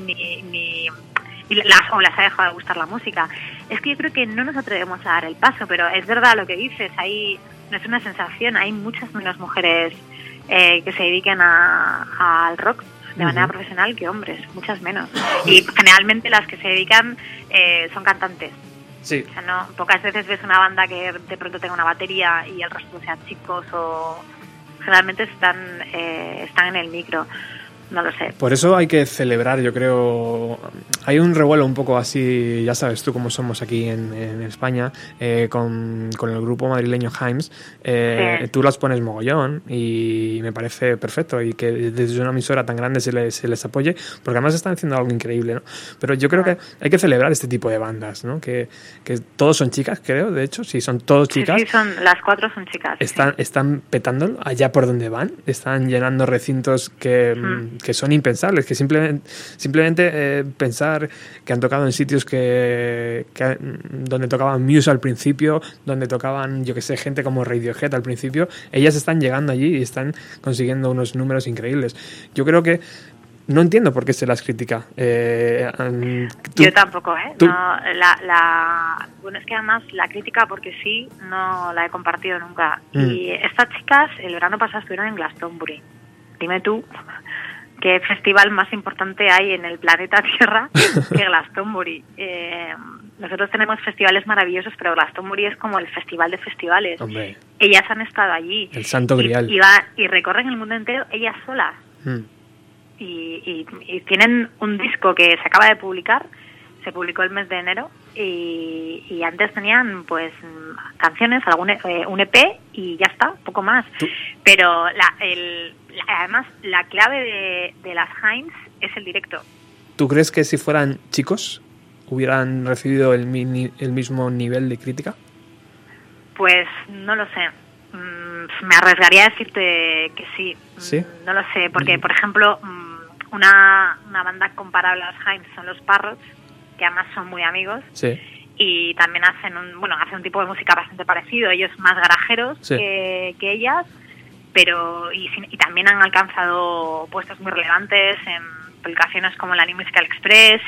S11: o las ha dejado de gustar la música. Es que yo creo que no nos atrevemos a dar el paso, pero es verdad lo que dices, ahí no es una sensación, hay muchas menos mujeres que se dediquen al rock de manera profesional que hombres, muchas menos. Y generalmente las que se dedican son cantantes.
S7: Sí.
S11: O sea, pocas veces ves una banda que de pronto tenga una batería y el resto sean chicos, o generalmente están en el micro. no lo sé.
S7: Por eso hay que celebrar, yo creo. Hay un revuelo un poco así, ya sabes tú cómo somos aquí en España, con el grupo madrileño Himes.
S11: Sí.
S7: Tú las pones mogollón y me parece perfecto, y que desde una emisora tan grande se les apoye, porque además están haciendo algo increíble, ¿no? Pero yo creo que hay que celebrar este tipo de bandas, ¿no? Que todos son chicas, creo, de hecho, sí, son todos chicas.
S11: Sí, las 4 son chicas.
S7: Están petándolo allá por donde van, están llenando recintos que son impensables, que simplemente pensar que han tocado en sitios donde tocaban Muse al principio, donde tocaban, yo que sé, gente como Radiohead al principio, ellas están llegando allí y están consiguiendo unos números increíbles. Yo creo que no entiendo por qué se las critica.
S11: Yo tampoco, ¿eh? No, bueno, es que además la crítica, porque sí, no la he compartido nunca. Y estas chicas el verano pasado estuvieron en Glastonbury. Dime tú, ¿qué festival más importante hay en el planeta Tierra que Glastonbury? Nosotros tenemos festivales maravillosos, pero Glastonbury es como el festival de festivales.
S7: Hombre.
S11: Ellas han estado allí.
S7: El santo grial.
S11: Y recorren el mundo entero ellas solas. Y tienen un disco que se acaba de publicar, se publicó el mes de enero, y antes tenían pues canciones, un EP y ya está, poco más. Pero además la clave de las Himes es el directo.
S7: ¿Tú crees que si fueran chicos hubieran recibido el mismo nivel de crítica?
S11: Pues no lo sé. Me arriesgaría a decirte que sí.
S7: ¿Sí?
S11: No lo sé, porque por ejemplo una banda comparable a los Himes son los Parrots, que además son muy amigos.
S7: Sí.
S11: Y también hacen un tipo de música bastante parecido, ellos más garajeros que ellas, pero y también han alcanzado puestos muy relevantes en publicaciones como la New Musical Express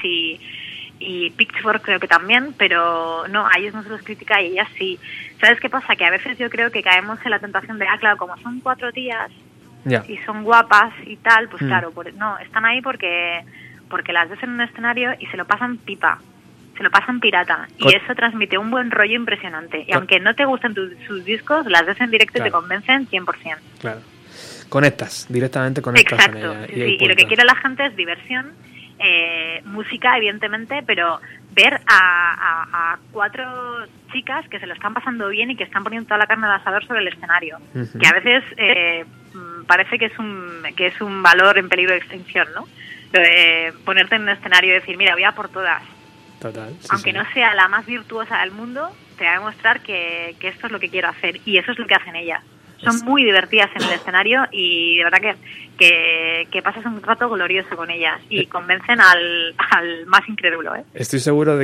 S11: y Pitchfork, creo que también, pero no, a ellos no se los critica y ellas sí. ¿Sabes qué pasa? Que a veces yo creo que caemos en la tentación de, claro, como son 4 tías y son guapas y tal, pues claro, están ahí porque las ves en un escenario y se lo pasan pipa, se lo pasan pirata, y eso transmite un buen rollo impresionante, y aunque no te gusten sus discos, las ves en directo y te convencen 100%.
S7: Claro, directamente conectas con ella.
S11: Y lo que quiere la gente es diversión, música, evidentemente, pero ver a 4 chicas que se lo están pasando bien y que están poniendo toda la carne al asador sobre el escenario, que a veces parece que es un valor en peligro de extinción, ¿no? Ponerte en un escenario y decir, mira, voy a por todas.
S7: Total.
S11: Aunque no sea la más virtuosa del mundo, te va a demostrar que esto es lo que quiero hacer, y eso es lo que hacen ellas. Son muy divertidas en el escenario y de verdad que pasas un rato glorioso con ellas y convencen al más incrédulo, ¿eh?
S7: Estoy seguro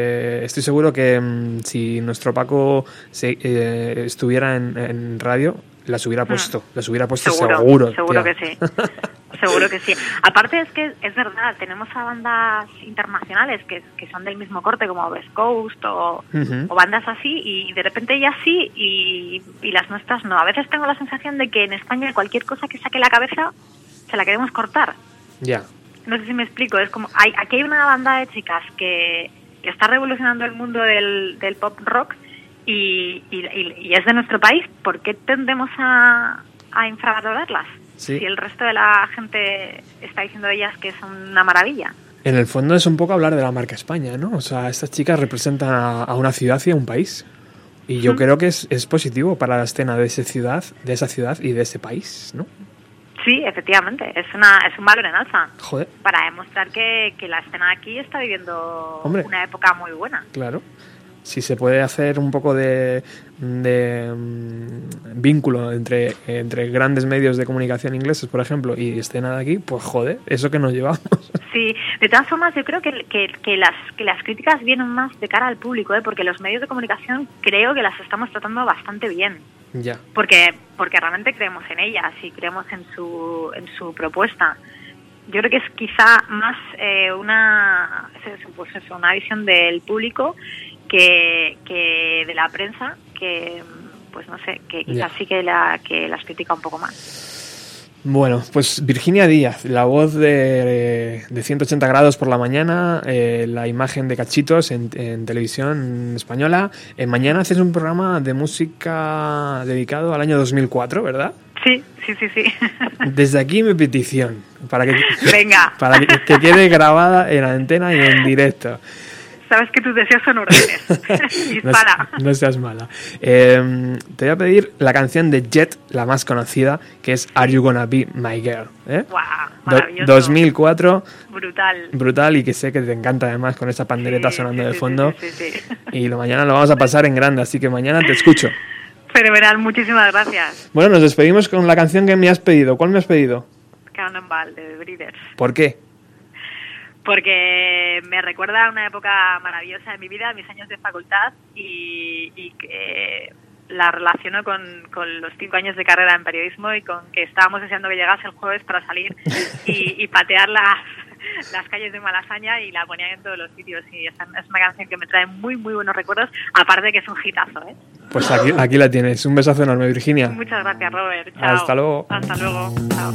S7: que si nuestro Paco estuviera en radio, las hubiera puesto seguro.
S11: Seguro que sí. Seguro que sí. Aparte es que es verdad, tenemos a bandas internacionales que son del mismo corte, como West Coast o bandas así, y de repente ellas sí y las nuestras no. A veces tengo la sensación de que en España cualquier cosa que saque la cabeza se la queremos cortar.
S7: Ya.
S11: No sé si me explico. Es como aquí hay una banda de chicas que está revolucionando el mundo del pop rock y es de nuestro país. ¿Por qué tendemos a infravalorarlas?
S7: Sí.
S11: Si el resto de la gente está diciendo de ellas que son una maravilla.
S7: En el fondo es un poco hablar de la marca España, ¿no? O sea, estas chicas representan a una ciudad y a un país. Y yo creo que es positivo para la escena de esa ciudad y de ese país, ¿no?
S11: Sí, efectivamente. Es un valor en alza.
S7: Joder.
S11: Para demostrar que la escena aquí está viviendo una época muy buena.
S7: Claro. Si se puede hacer un poco de vínculo entre grandes medios de comunicación ingleses, por ejemplo, y escena de aquí, pues joder, eso que nos llevamos.
S11: Sí, de todas formas yo creo que las críticas vienen más de cara al público, porque los medios de comunicación creo que las estamos tratando bastante bien.
S7: Ya.
S11: Porque realmente creemos en ellas y creemos en su propuesta. Yo creo que es quizá más una visión del público que de la prensa, que pues no sé, que quizás sí que las critica un poco más.
S7: Bueno, pues Virginia Díaz, la voz de 180 grados por la mañana, la imagen de Cachitos en televisión española. Mañana haces un programa de música dedicado al año 2004, ¿verdad?
S11: Sí.
S7: Desde aquí mi petición, para que quede grabada en antena y en directo.
S11: Sabes que tus deseos son órdenes. Dispara.
S7: No seas mala. Te voy a pedir la canción de Jet, la más conocida, que es Are You Gonna Be My Girl?
S11: Wow, maravilloso.
S7: 2004.
S11: Brutal,
S7: y que sé que te encanta además con esa pandereta sonando de fondo.
S11: Sí.
S7: Y mañana lo vamos a pasar en grande, así que mañana te escucho.
S11: Fenomenal, muchísimas gracias.
S7: Bueno, nos despedimos con la canción que me has pedido. ¿Cuál me has pedido?
S11: Cannonball, de The Breeders.
S7: ¿Por qué?
S11: Porque me recuerda a una época maravillosa de mi vida, mis años de facultad, y que la relaciono con los 5 años de carrera en periodismo y con que estábamos deseando que llegase el jueves para salir y patear las calles de Malasaña, y la ponían en todos los sitios, y es una canción que me trae muy muy buenos recuerdos, aparte de que es un hitazo, ¿eh?
S7: Pues aquí la tienes. Un besazo enorme, Virginia.
S11: Muchas gracias, Robert. Chao.
S7: Hasta luego.
S11: Chao.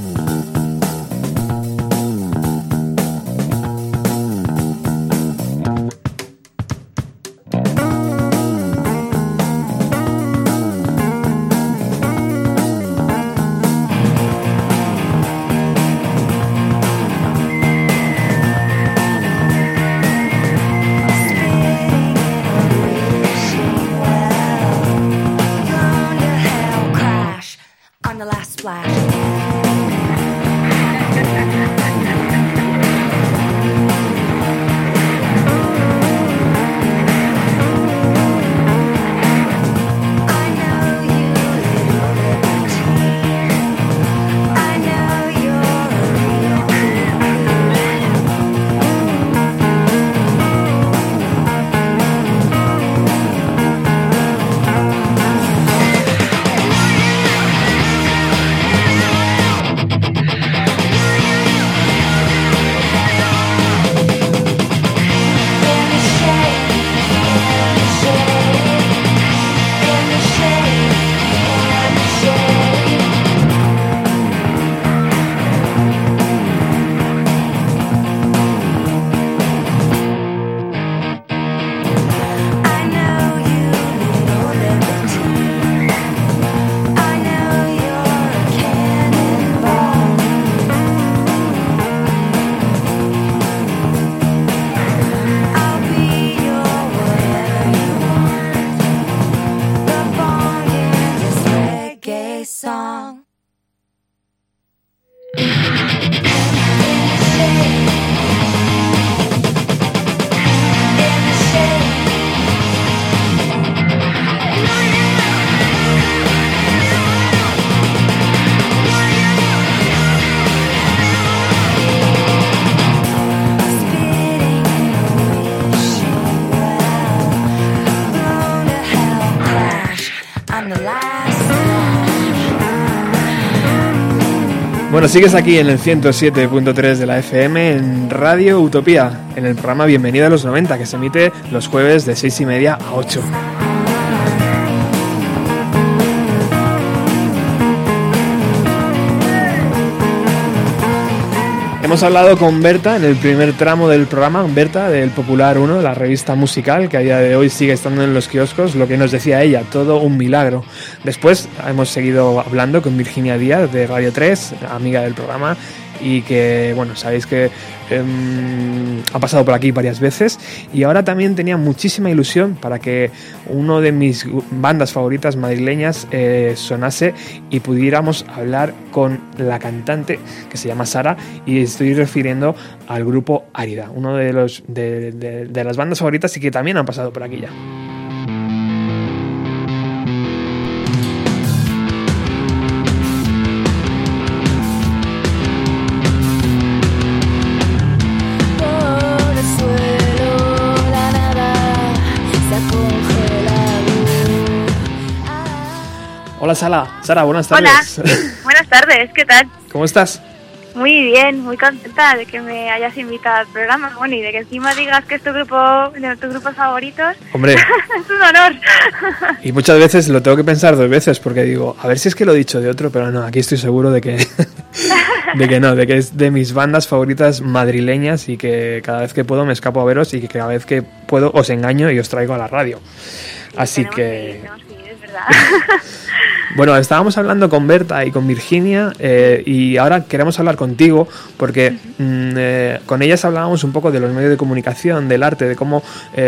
S7: Bueno, sigues aquí en el 107.3 de la FM en Radio Utopía, en el programa Bienvenido a los 90, que se emite los jueves de 6:30 a 8. Hemos hablado con Berta en el primer tramo del programa, Berta del Popular 1, la revista musical, que a día de hoy sigue estando en los kioscos, lo que nos decía ella, todo un milagro. Después hemos seguido hablando con Virginia Díaz de Radio 3, amiga del programa, y que, bueno, sabéis que ha pasado por aquí varias veces, y ahora también tenía muchísima ilusión para que uno de mis bandas favoritas madrileñas sonase y pudiéramos hablar con la cantante, que se llama Sara, y estoy refiriendo al grupo Árida, uno de las bandas favoritas y que también han pasado por aquí ya. Hola Sara, buenas tardes.
S12: Hola, buenas tardes, ¿qué tal?
S7: ¿Cómo estás?
S12: Muy bien, muy contenta de que me hayas invitado al programa, bueno, y de que encima digas que es tu grupo, de tus grupos favoritos.
S7: Hombre,
S12: es un honor.
S7: Y muchas veces lo tengo que pensar 2 veces porque digo, a ver si es que lo he dicho de otro, pero no, aquí estoy seguro de que de que es de mis bandas favoritas madrileñas y que cada vez que puedo me escapo a veros y que cada vez que puedo os engaño y os traigo a la radio. Así que...
S12: Es verdad.
S7: Bueno, estábamos hablando con Berta y con Virginia y ahora queremos hablar contigo porque con ellas hablábamos un poco de los medios de comunicación, del arte, de cómo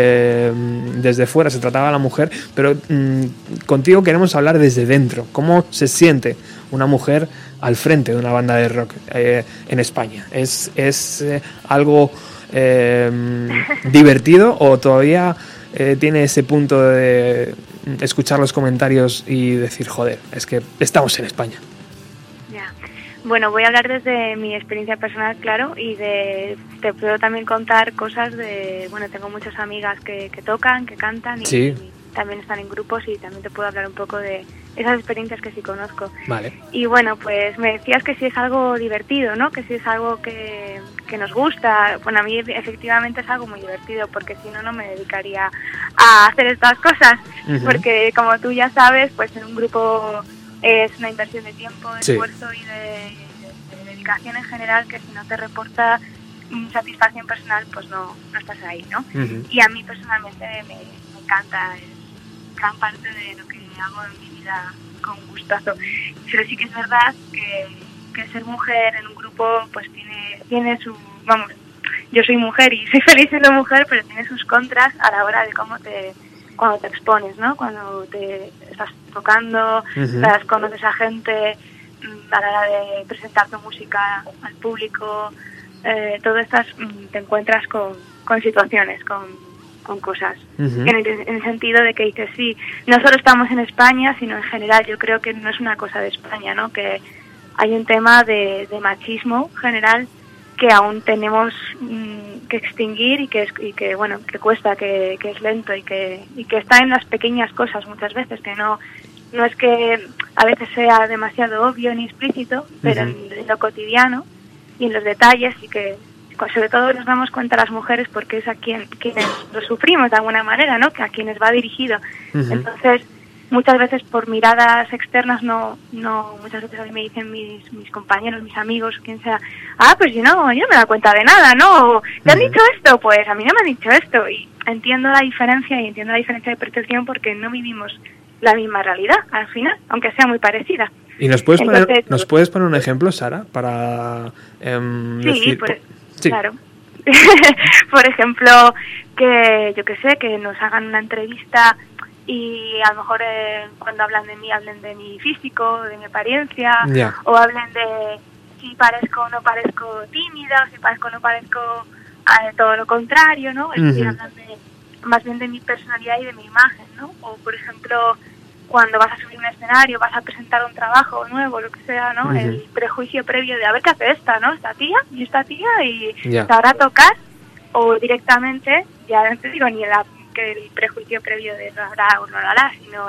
S7: desde fuera se trataba a la mujer, pero contigo queremos hablar desde dentro. ¿Cómo se siente una mujer al frente de una banda de rock en España? ¿Es algo divertido o todavía tiene ese punto de escuchar los comentarios y decir, joder, es que estamos en España?
S12: Ya. Bueno, voy a hablar desde mi experiencia personal, claro, y te puedo también contar cosas de... Bueno, tengo muchas amigas que tocan, que cantan y,
S7: sí.
S12: y también están en grupos y también te puedo hablar un poco de esas experiencias que sí conozco.
S7: Vale.
S12: Y bueno, pues me decías que sí es algo divertido, ¿no? Que sí es algo que nos gusta. Bueno, a mí efectivamente es algo muy divertido porque si no, no me dedicaría a hacer estas cosas. Uh-huh. Porque como tú ya sabes, pues en un grupo es una inversión de tiempo, de esfuerzo y de dedicación en general que si no te reporta satisfacción personal, pues no estás ahí, ¿no? Uh-huh. Y a mí personalmente me encanta, es gran parte de lo que hago en mi vida con gustazo. Pero sí que es verdad que ser mujer en un grupo pues tiene su... Vamos, yo soy mujer y soy feliz siendo mujer, pero tiene sus contras a la hora de cuando te expones, ¿no? Cuando te estás tocando, uh-huh. Conoces a gente, a la hora de presentar tu música al público, todo estas te encuentras con situaciones, con cosas, uh-huh. en el sentido de que dices, sí, no solo estamos en España, sino en general. Yo creo que no es una cosa de España, ¿no? Que hay un tema de machismo general que aún tenemos que extinguir y que bueno, que cuesta, que es lento y que está en las pequeñas cosas muchas veces, que no es que a veces sea demasiado obvio ni explícito, pero uh-huh. en lo cotidiano y en los detalles, y que sobre todo nos damos cuenta las mujeres porque es a quienes lo sufrimos de alguna manera, ¿no? Que a quienes va dirigido. Uh-huh. Entonces, muchas veces por miradas externas muchas veces a mí me dicen mis compañeros, mis amigos, quien sea, pues yo no me da cuenta de nada, ¿no? ¿Te han dicho esto? Pues a mí no me han dicho esto. Y entiendo la diferencia de percepción porque no vivimos la misma realidad al final, aunque sea muy parecida.
S7: ¿Y nos puedes poner un ejemplo, Sara, para decir...
S12: Sí. Claro. Por ejemplo, que yo qué sé, que nos hagan una entrevista y a lo mejor cuando hablan de mí, hablen de mi físico, de mi apariencia, o hablen de si parezco o no parezco tímida, o si parezco o no parezco todo lo contrario, ¿no? Es decir, hablan más bien de mi personalidad y de mi imagen, ¿no? O por ejemplo, cuando vas a subir un escenario, vas a presentar un trabajo nuevo, lo que sea, ¿no? Uh-huh. El prejuicio previo de a ver qué hace esta, ¿no? Esta tía y sabrá tocar, o directamente, ya no te digo ni que el prejuicio previo de no habrá o no lo hará, sino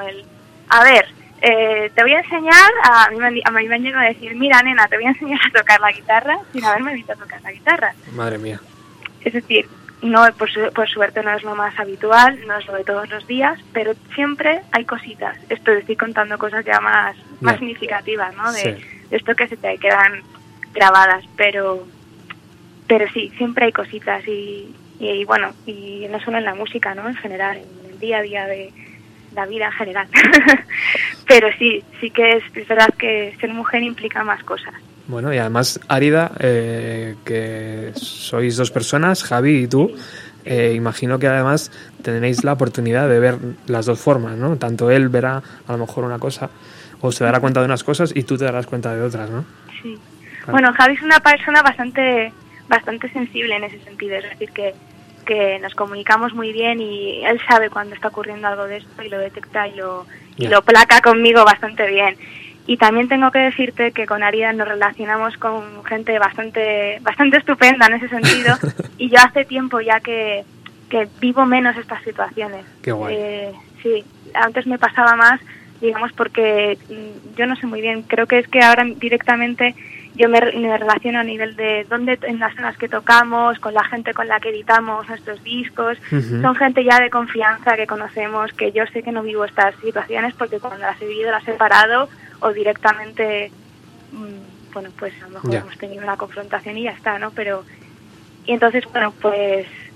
S12: te voy a enseñar, a mí me han llegado a decir, mira nena, te voy a enseñar a tocar la guitarra sin haberme visto tocar la guitarra.
S7: Madre mía.
S12: Es decir, no, por suerte no es lo más habitual, no es lo de todos los días, pero siempre hay cositas. Esto estoy contando cosas ya más significativas, ¿no? De esto que se te quedan grabadas, pero sí, siempre hay cositas y bueno, y no solo en la música, ¿no? En general, en el día a día de la vida en general. Pero sí que es verdad que ser mujer implica más cosas.
S7: Bueno, y además, Árida, que sois dos personas, Javi y tú, imagino que además tendréis la oportunidad de ver las dos formas, ¿no? Tanto él verá a lo mejor una cosa, o se dará cuenta de unas cosas y tú te darás cuenta de otras, ¿no?
S12: Sí. Claro. Bueno, Javi es una persona bastante sensible en ese sentido, es decir, que nos comunicamos muy bien y él sabe cuando está ocurriendo algo de esto y lo detecta y lo placa conmigo bastante bien. Y también tengo que decirte que con Árida nos relacionamos con gente bastante estupenda en ese sentido y yo hace tiempo ya que vivo menos estas situaciones.
S7: Qué guay.
S12: Sí, antes me pasaba más, digamos, porque yo no sé muy bien, creo que es que ahora directamente yo me relaciono a nivel de dónde, en las zonas que tocamos, con la gente con la que editamos nuestros discos. Uh-huh. Son gente ya de confianza que conocemos, que yo sé que no vivo estas situaciones porque cuando las he vivido las he parado o directamente, bueno, pues a lo mejor hemos tenido una confrontación y ya está, ¿no? Y entonces, bueno, pues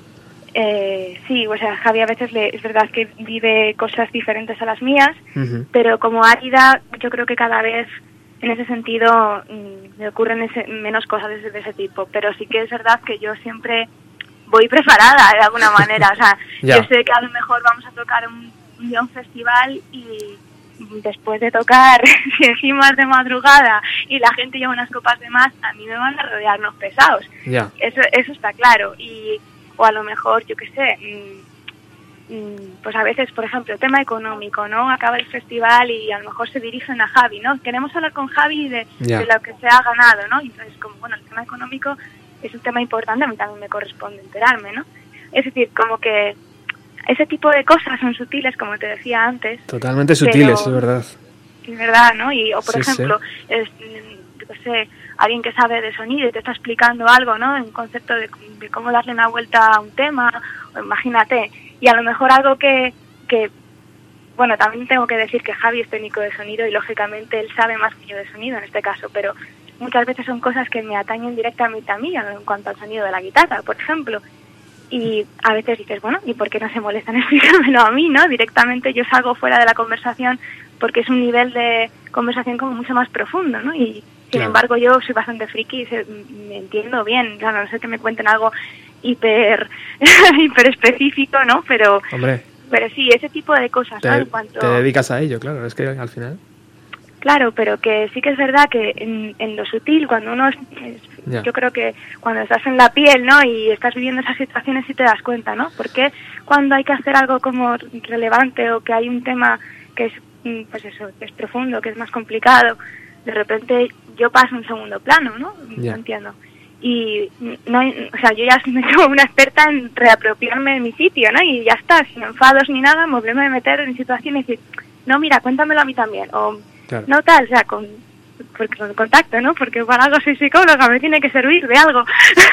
S12: Sí, o sea, Javi a veces es verdad que vive cosas diferentes a las mías, pero como Árida yo creo que cada vez en ese sentido me ocurren menos cosas de ese tipo, pero sí que es verdad que yo siempre voy preparada de alguna manera, o sea, yo sé que a lo mejor vamos a tocar un día un festival y después de tocar, si encima es de madrugada y la gente lleva unas copas de más, a mí me van a rodear unos pesados. Eso está claro. O a lo mejor, yo qué sé, pues a veces, por ejemplo, tema económico, ¿no? Acaba el festival y a lo mejor se dirigen a Javi, ¿no? Queremos hablar con Javi de lo que se ha ganado, ¿no? Y entonces, como, bueno, el tema económico es un tema importante, a mí también me corresponde enterarme, ¿no? Es decir, como que ese tipo de cosas son sutiles, como te decía antes.
S7: Totalmente sutiles, es verdad.
S12: Es verdad, ¿no? O por ejemplo, yo qué sé, alguien que sabe de sonido y te está explicando algo, ¿no? Un concepto de cómo darle una vuelta a un tema, o imagínate. Y a lo mejor algo que, bueno, también tengo que decir que Javi es técnico de sonido y lógicamente él sabe más que yo de sonido en este caso, pero muchas veces son cosas que me atañen directamente a mí en cuanto al sonido de la guitarra, por ejemplo. Y a veces dices, bueno, ¿y por qué no se molestan en explicármelo a mí, no? Directamente yo salgo fuera de la conversación porque es un nivel de conversación como mucho más profundo, ¿no? Y sin embargo yo soy bastante friki y me entiendo bien, claro, no sé que me cuenten algo hiper específico, ¿no? Pero sí, ese tipo de cosas, ¿no? En cuanto...
S7: Te dedicas a ello, claro, es que al final...
S12: Claro, pero que sí que es verdad que en lo sutil, cuando uno yo creo que cuando estás en la piel, ¿no? Y estás viviendo esas situaciones sí te das cuenta, ¿no? Porque cuando hay que hacer algo como relevante o que hay un tema que es, pues eso, que es profundo, que es más complicado, de repente yo paso un segundo plano, ¿no? No entiendo. Y no, o sea, yo ya soy como una experta en reapropiarme de mi sitio, ¿no? Y ya está, sin enfados ni nada, volverme a meter en situaciones y decir, no, mira, cuéntamelo a mí también, o no tal, o sea, con contacto, ¿no? Porque para algo soy psicóloga, me tiene que servir de algo.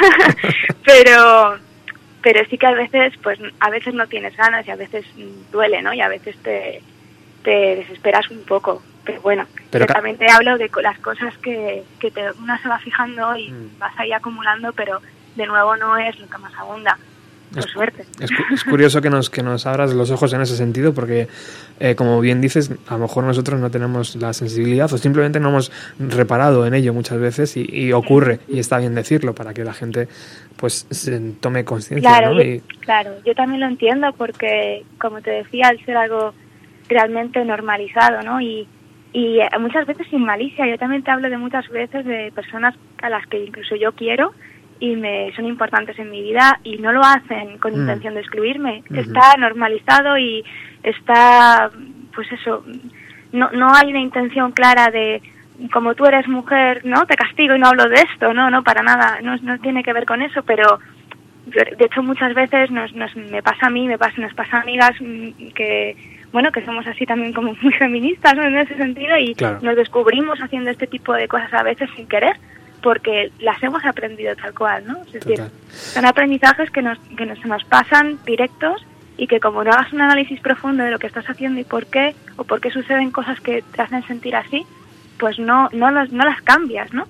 S12: pero sí que a veces no tienes ganas y a veces duele, ¿no? Y a veces te desesperas un poco. Pero bueno, también te hablo de las cosas que una se va fijando y vas ahí acumulando, pero de nuevo no es lo que más abunda. Por suerte.
S7: Es curioso que nos abras los ojos en ese sentido porque, como bien dices, a lo mejor nosotros no tenemos la sensibilidad o simplemente no hemos reparado en ello muchas veces y ocurre, y está bien decirlo para que la gente pues se tome conciencia.
S12: Claro,
S7: ¿no?
S12: Claro, yo también lo entiendo porque, como te decía, al ser algo realmente normalizado, ¿no? Y muchas veces sin malicia. Yo también te hablo de muchas veces de personas a las que incluso yo quiero y son importantes en mi vida y no lo hacen con intención de excluirme. Está normalizado y está, pues eso, no hay una intención clara de, como tú eres mujer, ¿no? Te castigo y no hablo de esto, no, para nada, no tiene que ver con eso, pero de hecho muchas veces me pasa a mí, nos pasa a amigas que, bueno, que somos así también como muy feministas, ¿no? En ese sentido y nos descubrimos haciendo este tipo de cosas a veces sin querer, porque las hemos aprendido tal cual, ¿no? Es decir, son aprendizajes que se nos pasan directos y que como no hagas un análisis profundo de lo que estás haciendo y por qué suceden cosas que te hacen sentir así, pues no las cambias, ¿no?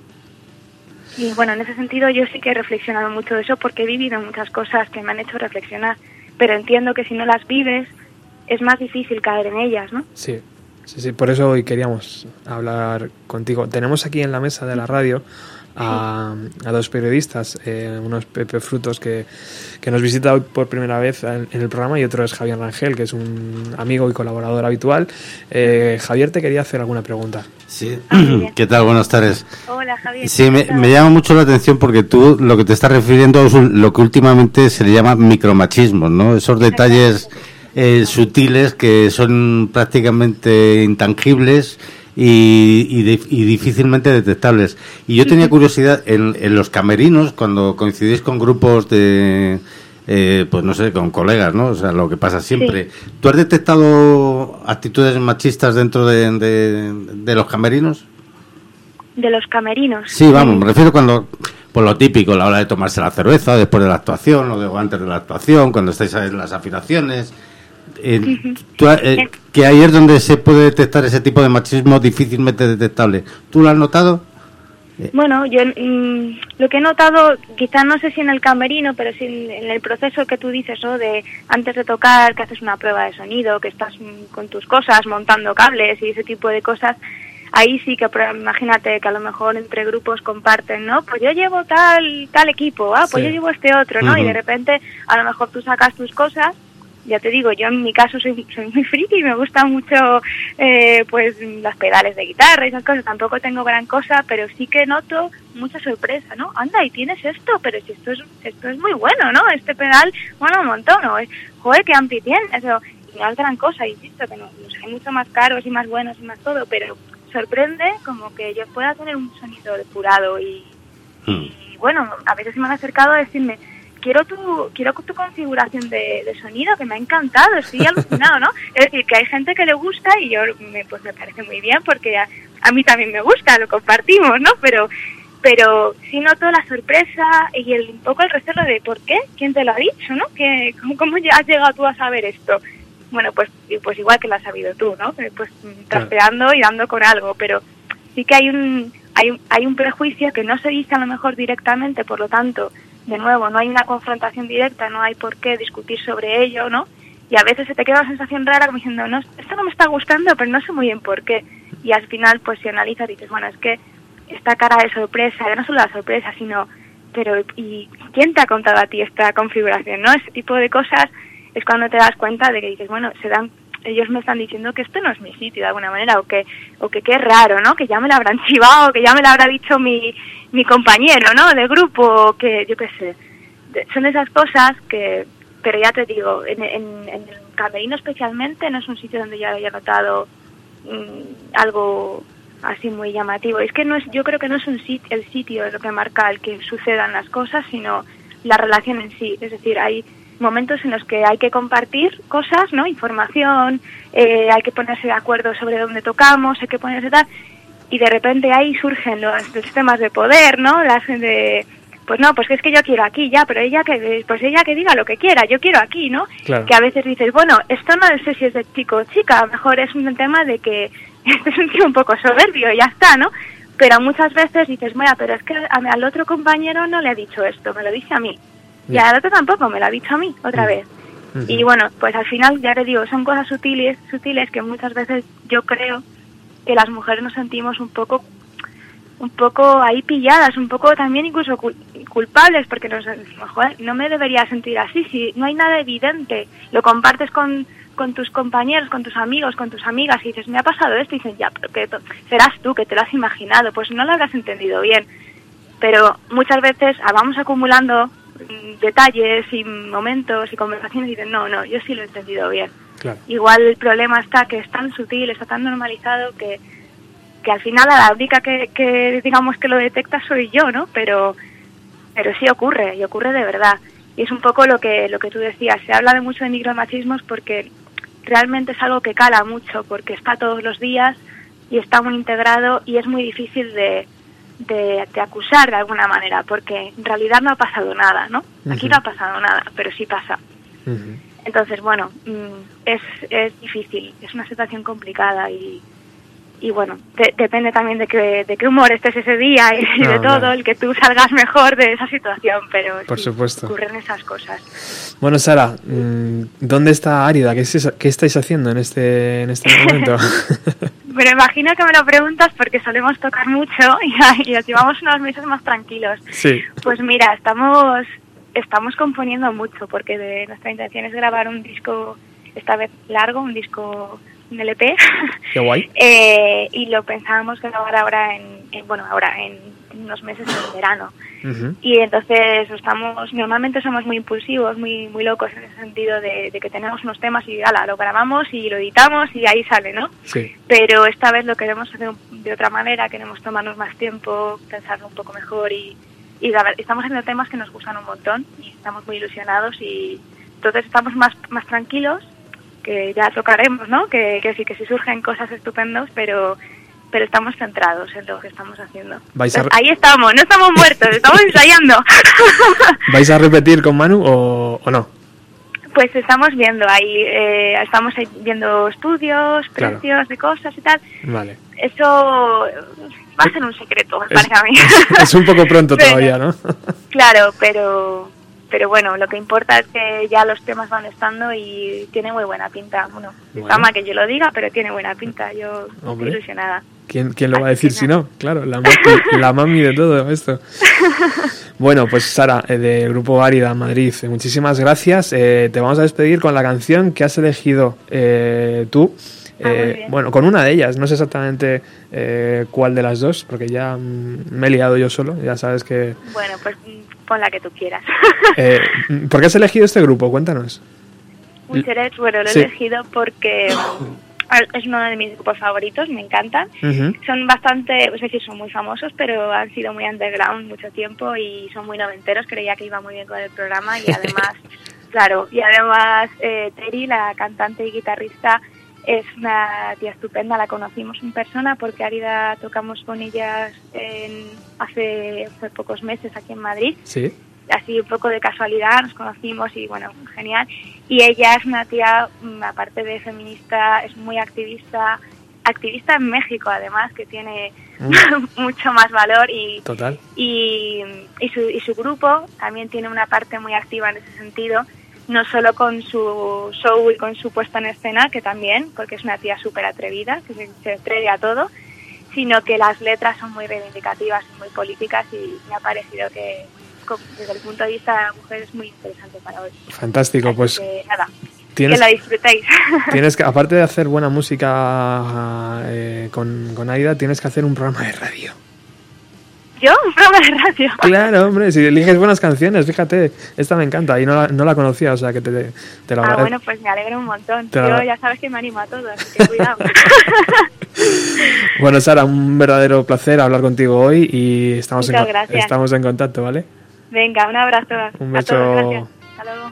S12: Y bueno, en ese sentido yo sí que he reflexionado mucho de eso porque he vivido muchas cosas que me han hecho reflexionar, pero entiendo que si no las vives es más difícil caer en ellas, ¿no?
S7: Sí, por eso hoy queríamos hablar contigo. Tenemos aquí en la mesa de la radio a dos periodistas, unos Pepe Frutos que nos visita hoy por primera vez en el programa y otro es Javier Rangel, que es un amigo y colaborador habitual. Javier, te quería hacer alguna pregunta.
S9: Sí, ¿qué tal? Buenas tardes.
S12: Hola, Javier.
S9: Sí, me llama mucho la atención porque tú lo que te estás refiriendo es lo que últimamente se le llama micromachismo, ¿no? Esos detalles sutiles que son prácticamente intangibles y difícilmente detectables. Y yo tenía curiosidad en los camerinos, cuando coincidís con grupos de pues no sé, con colegas, ¿no? O sea, lo que pasa siempre. Sí. ¿Tú has detectado actitudes machistas dentro de los camerinos?
S12: ¿De los camerinos?
S9: Sí, vamos, me refiero cuando, por lo típico, a la hora de tomarse la cerveza, después de la actuación o antes de la actuación, cuando estáis en las afinaciones. Que ahí es donde se puede detectar ese tipo de machismo difícilmente detectable. ¿Tú lo has notado?
S12: Bueno, yo lo que he notado, quizás no sé si en el camerino, pero sí en el proceso que tú dices, ¿no? De antes de tocar, que haces una prueba de sonido, que estás con tus cosas, montando cables y ese tipo de cosas, ahí sí que, imagínate que a lo mejor entre grupos comparten, ¿no? Pues yo llevo tal equipo, pues yo llevo este otro, ¿no? Y de repente a lo mejor tú sacas tus cosas. Ya te digo, yo en mi caso soy muy friki y me gusta mucho pues las pedales de guitarra y esas cosas. Tampoco tengo gran cosa, pero sí que noto mucha sorpresa, ¿no? Anda, y tienes esto, pero si esto es muy bueno, ¿no? Este pedal, bueno, un montón, ¿no? Joder, qué ampli tienes, y no es gran cosa, insisto, que no hay mucho más caros y más buenos y más todo, pero sorprende como que yo pueda tener un sonido depurado y bueno, a veces se me han acercado a decirme, quiero tu configuración de sonido, que me ha encantado, estoy alucinado, ¿no? Es decir, que hay gente que le gusta y yo pues me parece muy bien porque a mí también me gusta, lo compartimos, ¿no? Pero sí noto la sorpresa y un poco el recelo de ¿por qué? ¿Quién te lo ha dicho, no? ¿Cómo has llegado tú a saber esto? Bueno, pues igual que lo has sabido tú, ¿no? Pues trasteando y dando con algo, pero sí que hay un prejuicio que no se dice a lo mejor directamente, por lo tanto, de nuevo, no hay una confrontación directa, no hay por qué discutir sobre ello, ¿no? Y a veces se te queda una sensación rara como diciendo, no, esto no me está gustando, pero no sé muy bien por qué. Y al final, pues si analizas, dices, bueno, es que esta cara de sorpresa, ya no solo la sorpresa, sino, pero ¿y quién te ha contado a ti esta configuración, no? Ese tipo de cosas es cuando te das cuenta de que dices, bueno, ellos me están diciendo que esto no es mi sitio de alguna manera, o que qué raro, ¿no? Que ya me lo habrán chivado, que ya me lo habrá dicho mi compañero, ¿no? De grupo, que yo qué sé. Son esas cosas que, pero ya te digo, en el camerino especialmente no es un sitio donde yo haya notado algo así muy llamativo. Es que yo creo que no es el sitio lo que marca el que sucedan las cosas, sino la relación en sí. Es decir, hay momentos en los que hay que compartir cosas, ¿no? Información, hay que ponerse de acuerdo sobre dónde tocamos, hay que ponerse tal, y de repente ahí surgen los sistemas de poder, ¿no? Las de, pues no, pues es que yo quiero aquí ya, pero ella que diga lo que quiera, yo quiero aquí, ¿no? Claro. Que a veces dices, bueno, esto no sé si es de chico o chica, a lo mejor es un tema de que este es un tío un poco soberbio y ya está, ¿no? Pero muchas veces dices, mira, pero es que al otro compañero no le ha dicho esto, me lo dice a mí. Y al otro tampoco, me lo ha dicho a mí otra vez. Y bueno, pues al final, ya te digo, son cosas sutiles que muchas veces yo creo que las mujeres nos sentimos un poco ahí pilladas, un poco también incluso culpables, porque nos decimos, joder, no me debería sentir así, si no hay nada evidente, lo compartes con tus compañeros, con tus amigos, con tus amigas, y dices, me ha pasado esto, y dicen, ya, pero que serás tú, que te lo has imaginado, pues no lo habrás entendido bien. Pero muchas veces vamos acumulando detalles y momentos y conversaciones y dicen, no, yo sí lo he entendido bien. Claro. Igual el problema está que es tan sutil, está tan normalizado que al final a la única que digamos que lo detecta soy yo, ¿no? Pero sí ocurre, y ocurre de verdad. Y es un poco lo que tú decías, se habla de mucho de micromachismos porque realmente es algo que cala mucho, porque está todos los días y está muy integrado y es muy difícil de acusar de alguna manera, porque en realidad no ha pasado nada, ¿no? Aquí no ha pasado nada, pero sí pasa. Entonces, bueno, es difícil, es una situación complicada y bueno, depende también de qué humor estés ese día y de todo, claro, el que tú salgas mejor de esa situación, pero
S7: por supuesto
S12: ocurren esas cosas.
S7: Bueno, Sara, ¿dónde está Árida? ¿Qué estáis haciendo en este momento?
S12: Pero imagino que me lo preguntas porque solemos tocar mucho y nos llevamos unos meses más tranquilos. Sí. Pues mira, estamos componiendo mucho porque nuestra intención es grabar un disco, esta vez largo, un LP. Qué guay. Y lo pensábamos grabar ahora en unos meses en verano. Y entonces normalmente somos muy impulsivos, muy muy locos en ese sentido de que tenemos unos temas y lo grabamos y lo editamos y ahí sale, ¿no? Sí. Pero esta vez lo queremos hacer de otra manera, queremos tomarnos más tiempo, pensarlo un poco mejor y estamos haciendo temas que nos gustan un montón y estamos muy ilusionados y entonces estamos más tranquilos, que ya tocaremos, ¿no? Que sí surgen cosas estupendas, pero estamos centrados en lo que estamos haciendo. Ahí estamos, no estamos muertos, estamos ensayando.
S7: ¿Vais a repetir con Manu o no?
S12: Pues estamos viendo ahí, estamos viendo estudios, precios de cosas y tal.
S7: Vale.
S12: Eso va a ser un secreto, me parece a mí.
S7: Es un poco pronto todavía, ¿no?
S12: Claro, pero bueno, lo que importa es que ya los temas van estando y tiene muy buena pinta. Bueno, está mal que yo lo diga, pero tiene buena pinta. Yo estoy ilusionada.
S7: ¿Quién lo va a decir si no? Claro, la mami de todo esto. Bueno, pues Sara, del Grupo Árida Madrid, muchísimas gracias. Te vamos a despedir con la canción que has elegido tú. Bueno, con una de ellas, no sé exactamente cuál de las dos, porque ya me he liado yo solo, ya sabes que...
S12: Bueno, pues pon la que tú quieras.
S7: ¿Por qué has elegido este grupo? Cuéntanos.
S12: Mujeres, bueno, lo he elegido porque es uno de mis grupos favoritos, me encantan. Son bastante, es decir, son muy famosos, pero han sido muy underground mucho tiempo y son muy noventeros. Creía que iba muy bien con el programa y además, claro, y además Terry, la cantante y guitarrista, es una tía estupenda. La conocimos en persona porque Árida tocamos con ellas hace pocos meses aquí en Madrid.
S7: Sí.
S12: Así un poco de casualidad nos conocimos y bueno, genial. Y ella es una tía, aparte de feminista, es muy activista en México además, que tiene mucho más valor y
S7: total.
S12: Y su grupo también tiene una parte muy activa en ese sentido, no solo con su show y con su puesta en escena, que también, porque es una tía súper atrevida, que se atreve a todo, sino que las letras son muy reivindicativas y muy políticas y me ha parecido que desde el punto de vista de la mujer es muy interesante para hoy.
S7: Fantástico. Así pues
S12: que, nada, que la disfrutéis.
S7: Tienes que, aparte de hacer buena música con Árida, tienes que hacer un programa de radio.
S12: ¿Yo? ¿Un programa de radio?
S7: Claro, hombre, si eliges buenas canciones, fíjate, esta me encanta y no la conocía, o sea que te la agradezco.
S12: Bueno, pues me alegro un montón. Yo ya sabes que me animo a todo, así que cuidado.
S7: Bueno, Sara, un verdadero placer hablar contigo hoy y estamos en contacto, ¿vale?
S12: Venga, un abrazo.
S7: Un beso.
S12: A todos, gracias. Hasta luego.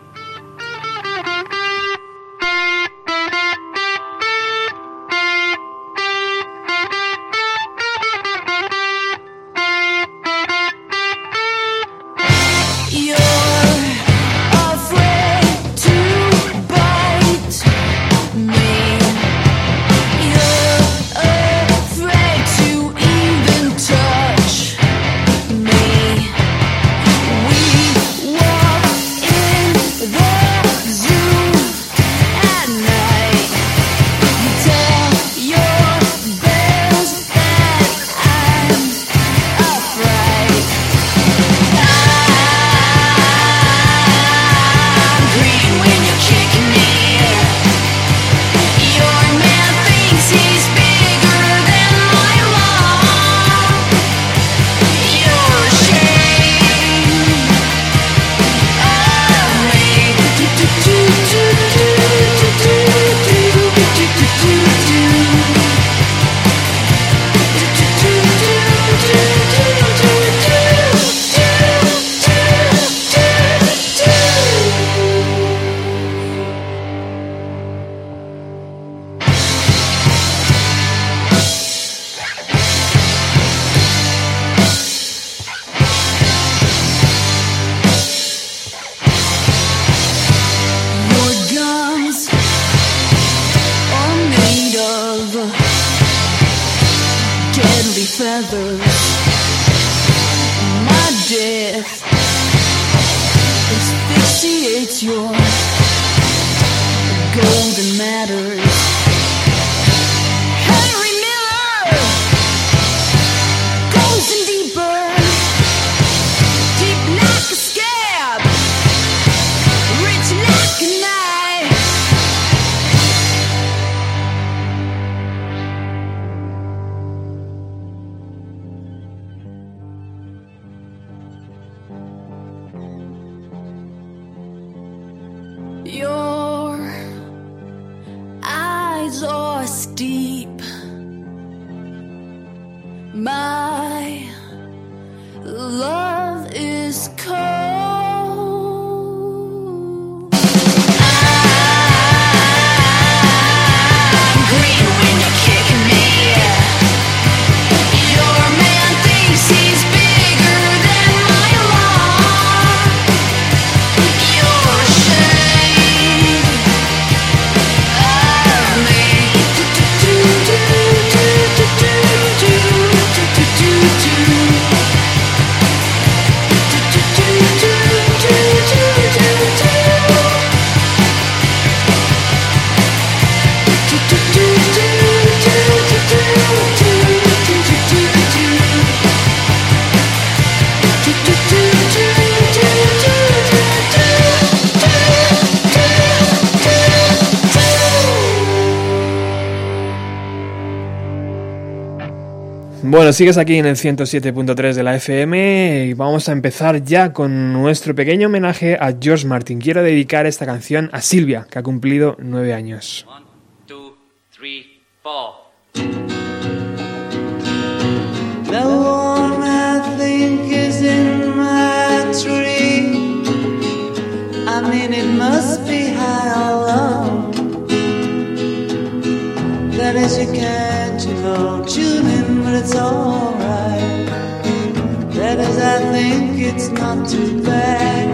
S7: Bueno, sigues aquí en el 107.3 de la FM y vamos a empezar ya con nuestro pequeño homenaje a George Martin. Quiero dedicar esta canción a Silvia, que ha cumplido 9 años.
S2: 1, 2, 3, 4.
S13: The one I think is in my tree. I mean, it must be high or low. That is, you can't, tune in, but it's alright. That is, I think it's not too bad.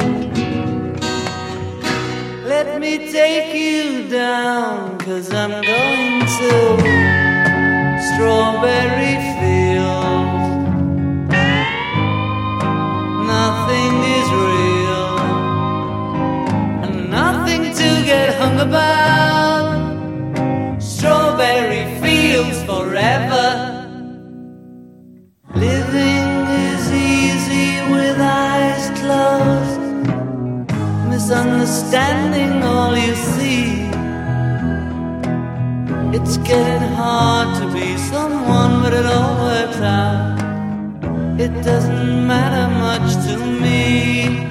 S13: Let me take you down, 'cause I'm going to Strawberry Fields. Nothing is real, and nothing to get hung about. Strawberry fields forever. Living is easy with eyes closed. Misunderstanding all you see. It's getting hard to be someone, but it all works out. It doesn't matter much to me.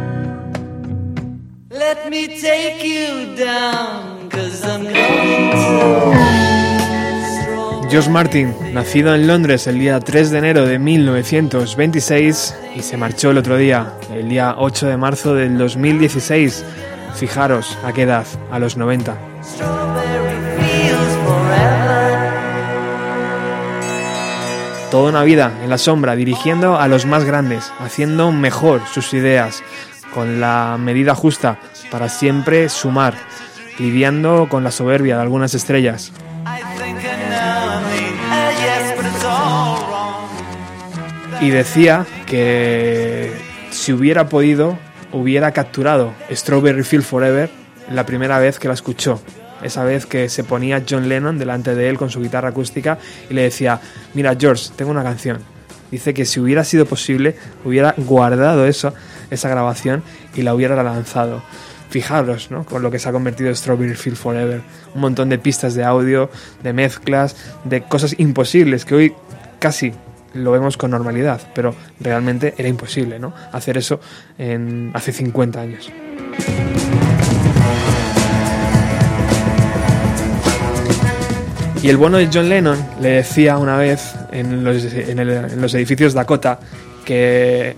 S13: Let me take you down, 'cause I'm going to...
S7: George Martin, nacido en Londres el día 3 de enero de 1926 y se marchó el otro día, el día 8 de marzo del 2016. Fijaros a qué edad, a los 90. Toda una vida en la sombra, dirigiendo a los más grandes, haciendo mejor sus ideas, con la medida justa para siempre sumar, lidiando con la soberbia de algunas estrellas. Y decía que si hubiera podido, hubiera capturado Strawberry Fields Forever la primera vez que la escuchó. Esa vez que se ponía John Lennon delante de él con su guitarra acústica y le decía: mira George, tengo una canción. Dice que si hubiera sido posible, hubiera guardado esa grabación y la hubiera lanzado. Fijaros, ¿no?, con lo que se ha convertido Strawberry Fields Forever. Un montón de pistas de audio, de mezclas, de cosas imposibles que hoy casi lo vemos con normalidad, pero realmente era imposible, ¿no?, hacer eso hace 50 años. Y el bueno de John Lennon le decía una vez en los edificios Dakota que...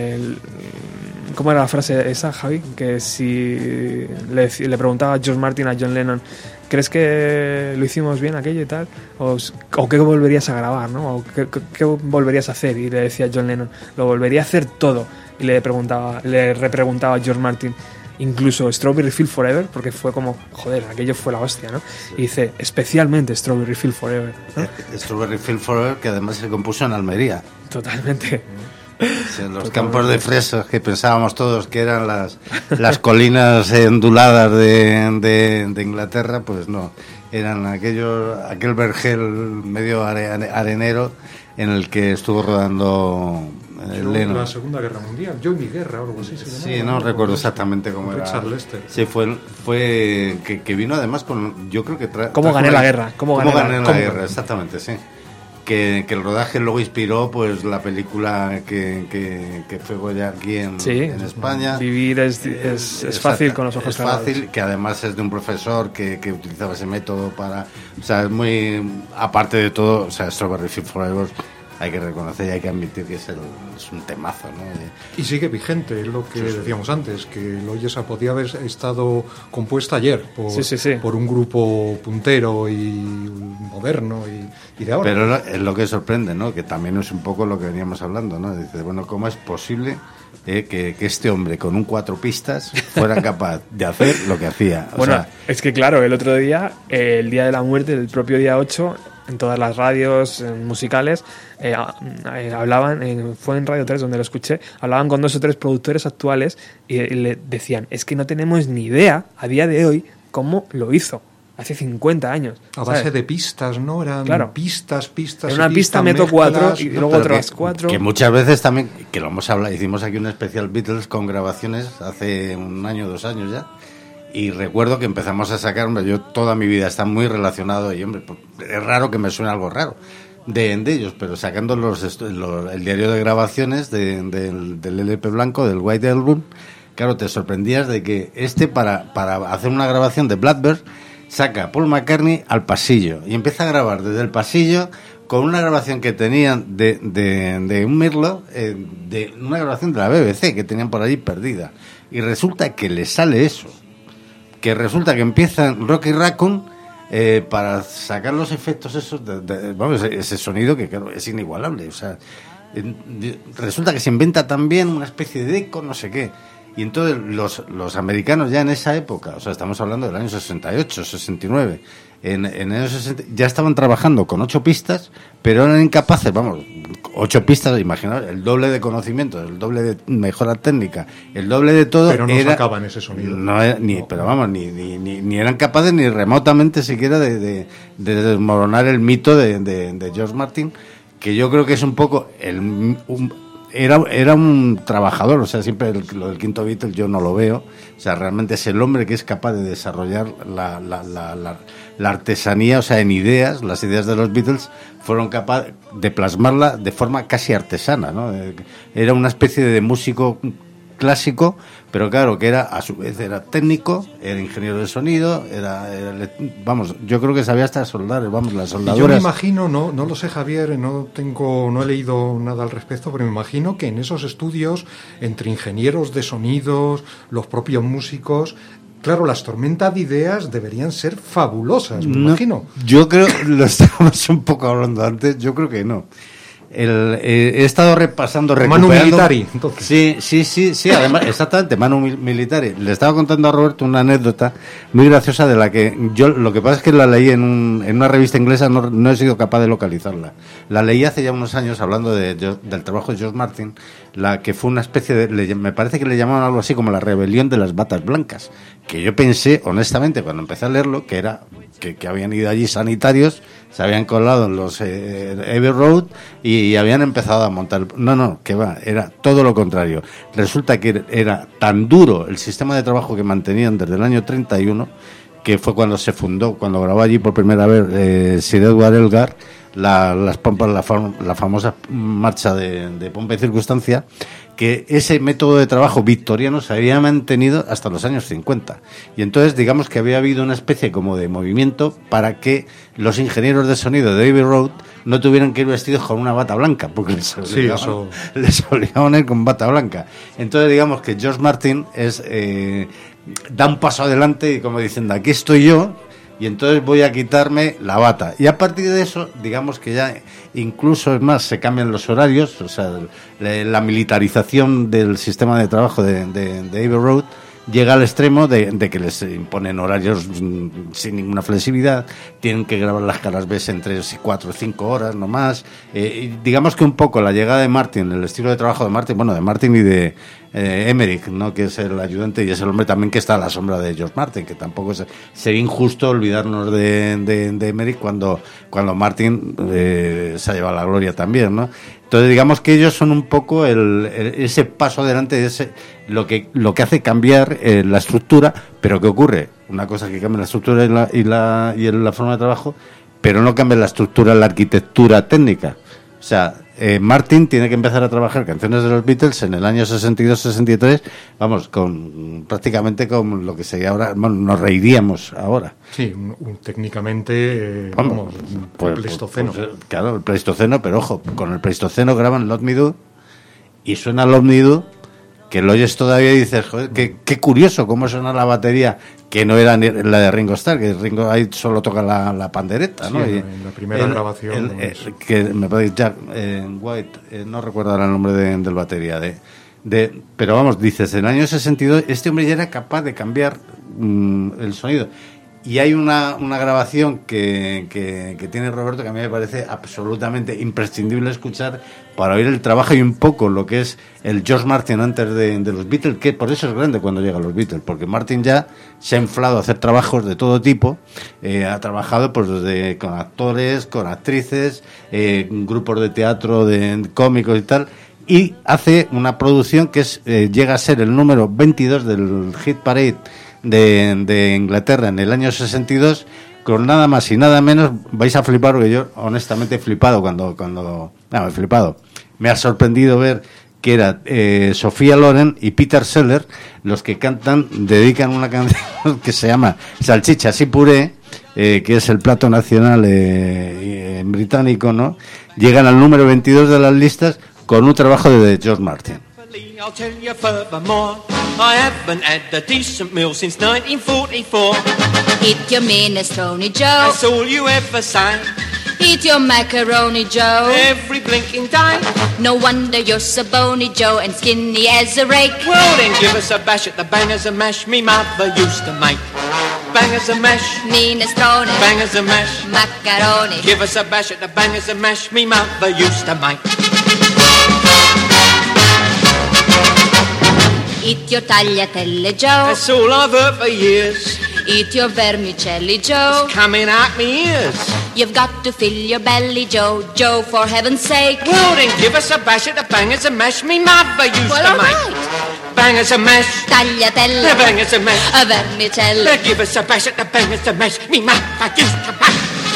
S7: ¿Cómo era la frase esa, Javi? Que si le preguntaba a George Martin a John Lennon: ¿crees que lo hicimos bien aquello y tal? ¿O qué volverías a grabar, ¿no? ¿O qué volverías a hacer? Y le decía John Lennon: lo volvería a hacer todo. Y le repreguntaba a George Martin: incluso Strawberry Fields Forever, porque fue como, joder, aquello fue la hostia, ¿no? Y dice, especialmente Strawberry Fields Forever, ¿no?
S9: Strawberry Fields Forever, que además se compuso en Almería.
S7: Totalmente.
S9: Sí, en los campos de fresas que pensábamos todos que eran las colinas onduladas de Inglaterra, pues no, eran aquel vergel medio arenero en el que estuvo rodando Lennon.
S8: La Segunda Guerra Mundial, Yo y mi guerra o algo así se llamaba.
S9: Sí, no recuerdo exactamente cómo era.
S8: Richard Lester.
S9: Sí, fue que vino además con, yo creo que
S7: ¿Cómo gané la guerra?
S9: ¿Cómo gané la guerra? Exactamente, sí. Que el rodaje luego inspiró pues la película que fue ya aquí en España.
S7: Vivir es fácil con los ojos cerrados.
S9: Es fácil, que además es de un profesor que utilizaba ese método para... O sea, es muy... Aparte de todo, o sea, Strawberry Fields Forever, hay que reconocer y hay que admitir que es un temazo, ¿no?
S8: Y sigue vigente, es lo que decíamos antes, que el Oyesa podía haber estado compuesta ayer por un grupo puntero y moderno y de ahora.
S9: Pero es lo que sorprende, ¿no? Que también es un poco lo que veníamos hablando, ¿no? Dice, bueno, ¿cómo es posible que este hombre con un 4 pistas fuera capaz de hacer lo que hacía?
S7: Es que claro, el otro día, el día de la muerte, el propio día 8... en todas las radios musicales hablaban, fue en Radio 3 donde lo escuché, hablaban con 2 o 3 productores actuales y le decían, es que no tenemos ni idea a día de hoy cómo lo hizo hace 50 años.
S8: A base de pistas, ¿no? Eran pistas.
S7: En una pista meto 4 y luego otras 4.
S9: Que muchas veces también, que lo hemos hablado, hicimos aquí un especial Beatles con grabaciones hace 1 año, 2 años ya. Y recuerdo que empezamos a sacar, hombre, yo toda mi vida está muy relacionado y, hombre, es raro que me suene algo raro, de ellos, pero sacando el diario de grabaciones del LP blanco, del White Album. Claro, te sorprendías de que para hacer una grabación de Blackbird saca a Paul McCartney al pasillo y empieza a grabar desde el pasillo con una grabación que tenían de un mirlo, de una grabación de la BBC que tenían por allí perdida. Y resulta que le sale eso, que resulta que empiezan Rocky Raccoon para sacar los efectos esos, vamos, ese sonido que claro, es inigualable. O sea, resulta que se inventa también una especie de eco, no sé qué. Y entonces los americanos ya en esa época, o sea, estamos hablando del año 68, 69, en el año 60, ya estaban trabajando con 8 pistas, pero eran incapaces, 8 pistas, imaginaos, el doble de conocimiento, el doble de mejora técnica, el doble de todo.
S8: Pero no sacaban ese sonido.
S9: Pero vamos, ni eran capaces ni remotamente siquiera de desmoronar el mito de George Martin, que yo creo que es un poco era un trabajador, o sea, siempre lo del quinto Beatle yo no lo veo, o sea, realmente es el hombre que es capaz de desarrollar la artesanía, o sea, en ideas, las ideas de los Beatles fueron capaces de plasmarla de forma casi artesana, ¿no? Era una especie de músico clásico, pero claro, que a su vez era técnico, era ingeniero de sonido, vamos, yo creo que sabía hasta soldar, las soldaduras.
S8: Yo me imagino, no lo sé, Javier, no he leído nada al respecto, pero me imagino que en esos estudios, entre ingenieros de sonidos, los propios músicos, claro, las tormentas de ideas deberían ser fabulosas, me imagino.
S9: Yo creo, lo estábamos un poco hablando antes, yo creo que no. He estado recuperando
S8: Manu Militari, entonces.
S9: Sí, además, exactamente, Manu Militari. Le estaba contando a Roberto una anécdota muy graciosa de la que yo, lo que pasa es que la leí en una revista inglesa, no he sido capaz de localizarla. La leí hace ya unos años hablando del trabajo de George Martin, la que fue una especie de, me parece que le llamaban algo así como la rebelión de las batas blancas, que yo pensé, honestamente, cuando empecé a leerlo, que era que habían ido allí sanitarios, se habían colado en los Abbey Road y habían empezado a montar. No, que va, era todo lo contrario. Resulta que era tan duro el sistema de trabajo que mantenían desde el año 31, que fue cuando se fundó, cuando grabó allí por primera vez Sir Edward Elgar las pompas, la famosa marcha de pompa y circunstancia, que ese método de trabajo victoriano se había mantenido hasta los años 50. Y entonces, digamos que había habido una especie como de movimiento para que los ingenieros de sonido de Abbey Road no tuvieran que ir vestidos con una bata blanca, porque les obligaban a ir con bata blanca. Entonces, digamos que George Martin da un paso adelante y como diciendo, aquí estoy yo, y entonces voy a quitarme la bata. Y a partir de eso, digamos que ya incluso, es más, se cambian los horarios, o sea, la militarización del sistema de trabajo de Abbey Road llega al extremo de que les imponen horarios sin ninguna flexibilidad, tienen que grabar las caras B en 3, 4, 5 horas, no más. Y digamos que un poco la llegada de Martin, el estilo de trabajo de Martin, de Martin y de Emmerich, ¿no?, que es el ayudante y es el hombre también que está a la sombra de George Martin, que tampoco sería injusto olvidarnos de Emmerich cuando Martin se ha llevado la gloria también, ¿no? Entonces digamos que ellos son un poco ese paso adelante, lo que hace cambiar la estructura. Pero ¿qué ocurre? Una cosa que cambia la estructura y la forma de trabajo, pero no cambia la estructura, la arquitectura técnica. O sea, Martin tiene que empezar a trabajar canciones de los Beatles en el año 62-63, prácticamente con lo que sería ahora, nos reiríamos ahora.
S8: Sí, técnicamente,
S9: pues,
S8: Pleistoceno.
S9: Claro, el Pleistoceno, pero ojo, con el Pleistoceno graban Let Me Do y suena Let Me Do, que lo oyes todavía y dices, joder, qué curioso cómo suena la batería, que no era la de Ringo Starr, que Ringo ahí solo toca la pandereta, ¿no?
S8: Sí, en la primera grabación.
S9: Que me parece Jack White, no recuerdo ahora el nombre del batería, pero vamos, dices, en el año 62 este hombre ya era capaz de cambiar el sonido. Y hay una grabación que tiene Roberto que a mí me parece absolutamente imprescindible escuchar para oír el trabajo y un poco lo que es el George Martin antes de los Beatles, que por eso es grande cuando llegan los Beatles, porque Martin ya se ha inflado a hacer trabajos de todo tipo, ha trabajado pues desde con actores, con actrices, grupos de teatro, de cómicos y tal, y hace una producción que llega a ser el número 22 del Hit Parade de Inglaterra en el año 62, con nada más y nada menos, vais a flipar, porque yo honestamente he flipado he flipado. Me ha sorprendido ver que era Sofía Loren y Peter Sellers los que dedican una canción que se llama Salchichas y Puré, que es el plato nacional británico, ¿no? Llegan al número 22 de las listas con un trabajo de George Martin.
S14: I'll tell you furthermore, I haven't had a decent meal since 1944.
S15: Eat your minestrone, Joe.
S14: That's all you ever say.
S15: Eat your macaroni, Joe.
S14: Every blinking day.
S15: No wonder you're so bony, Joe, and skinny as a rake.
S14: Well then give us a bash at the bangers and mash me mother used to make. Bangers and mash,
S15: minestrone,
S14: bangers and mash,
S15: macaroni.
S14: Give us a bash at the bangers and mash me mother used to make.
S15: Eat your tagliatelle, Joe.
S14: That's all I've heard for years.
S15: Eat your vermicelli, Joe.
S14: It's coming out me ears.
S15: You've got to fill your belly, Joe. Joe, for heaven's sake.
S14: Well then give us a bash at the bangers and mash me mother used to make.
S15: Right.
S14: Bangers and mash,
S15: tagliatelle,
S14: bangers and mash,
S15: a vermicelli.
S14: Give us a bash at the bangers and mash me mother used to make.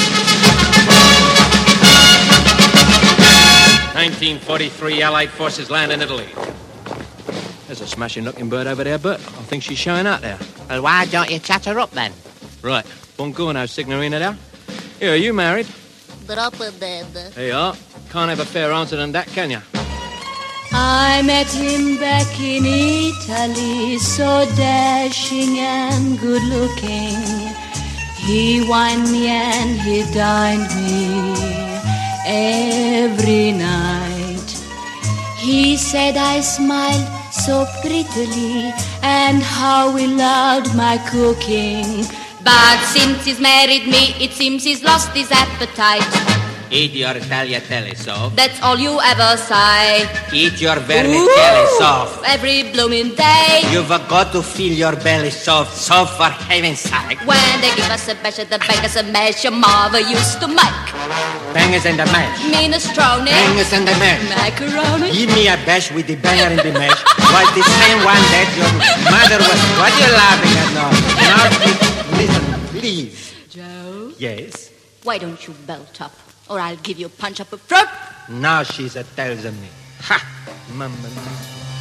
S14: 1943 Allied forces land in Italy. There's a smashing-looking bird over there, Bert. I think she's showing out there.
S16: Well, why don't you chat her up, then?
S14: Right. Buongiorno, signorina there. Here, are you married?
S15: Troppo dead.
S14: There you are. Can't have a fairer answer than that, can you?
S15: I met him back in Italy, so dashing and good-looking. He wined me and he dined me every night. He said I smiled so prettily, and how he loved my cooking. But since he's married me, it seems he's lost his appetite.
S16: Eat your tagliatelle soft.
S15: That's all you ever say.
S16: Eat your vermicelli soft.
S15: Every blooming day.
S16: You've got to feel your belly soft, soft for heaven's sake.
S15: When they give us a bash at the bangers and mash your mother used to make.
S16: Bangers and the mash.
S15: Minestrone.
S16: Bangers and the mash.
S15: Macaroni.
S16: Give me a bash with the banger and the mash. Was the same one that your mother was. What are you laughing at now? Now, listen, please.
S15: Joe?
S16: Yes?
S15: Why don't you belt up? Or I'll give you a punch up a throat.
S16: Now she's a tells me. Ha! Mamma mia.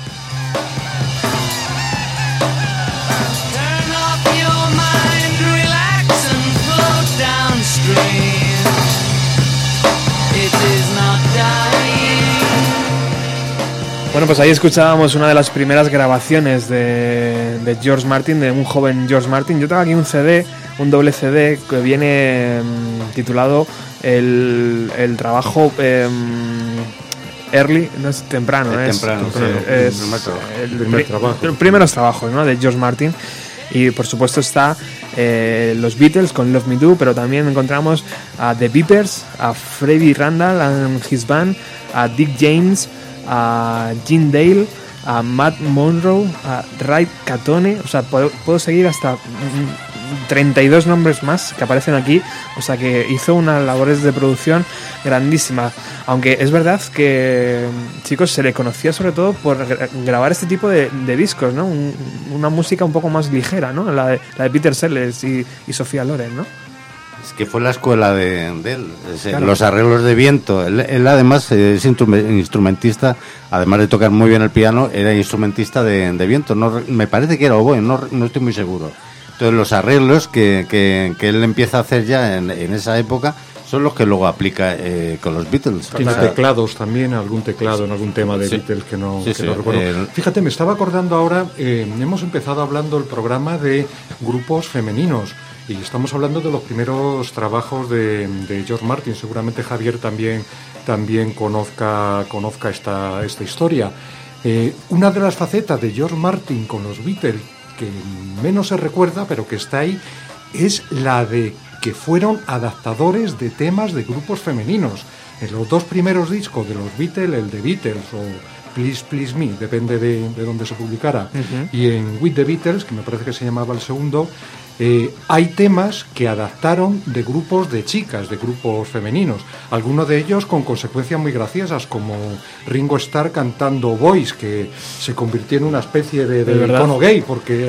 S13: Turn off your mind, relax and float downstream. It is not dying.
S7: Bueno, pues ahí escuchábamos una de las primeras grabaciones de George Martin, de un joven George Martin. Yo tengo aquí un CD, un doble CD que viene titulado el trabajo early, no es temprano, es el primeros trabajos, ¿no?, de George Martin. Y por supuesto está los Beatles con Love Me Do, pero también encontramos a The Beepers, a Freddie Randall and his band, a Dick James, a Gene Dale, a Matt Monroe, a Ray Catone. O sea, puedo seguir hasta 32 nombres más que aparecen aquí. O sea que hizo unas labores de producción grandísimas. Aunque es verdad que, chicos, se le conocía sobre todo por grabar este tipo de discos, ¿no? Una música un poco más ligera, ¿no? La de Peter Sellers y Sofía Loren, ¿no?
S9: Es que fue la escuela de él, claro. Los arreglos de viento. Él además es instrumentista, además de tocar muy bien el piano, era instrumentista de viento. No, me parece que era oboe, no estoy muy seguro. Entonces los arreglos que él empieza a hacer ya en esa época son los que luego aplica con los Beatles.
S8: Tiene teclados también, algún teclado en algún tema de Beatles que no recuerdo. Fíjate, me estaba acordando ahora, hemos empezado hablando el programa de grupos femeninos. Y estamos hablando de los primeros trabajos de George Martin. Seguramente Javier también conozca esta historia. Una de las facetas de George Martin con los Beatles que menos se recuerda, pero que está ahí, es la de que fueron adaptadores de temas de grupos femeninos. En los dos primeros discos de los Beatles, el de Beatles o Please Please Me, depende de dónde se publicara, y en With the Beatles, que me parece que se llamaba el segundo, hay temas que adaptaron de grupos de chicas, de grupos femeninos, algunos de ellos con consecuencias muy graciosas, como Ringo Starr cantando Boys, que se convirtió en una especie de icono gay, porque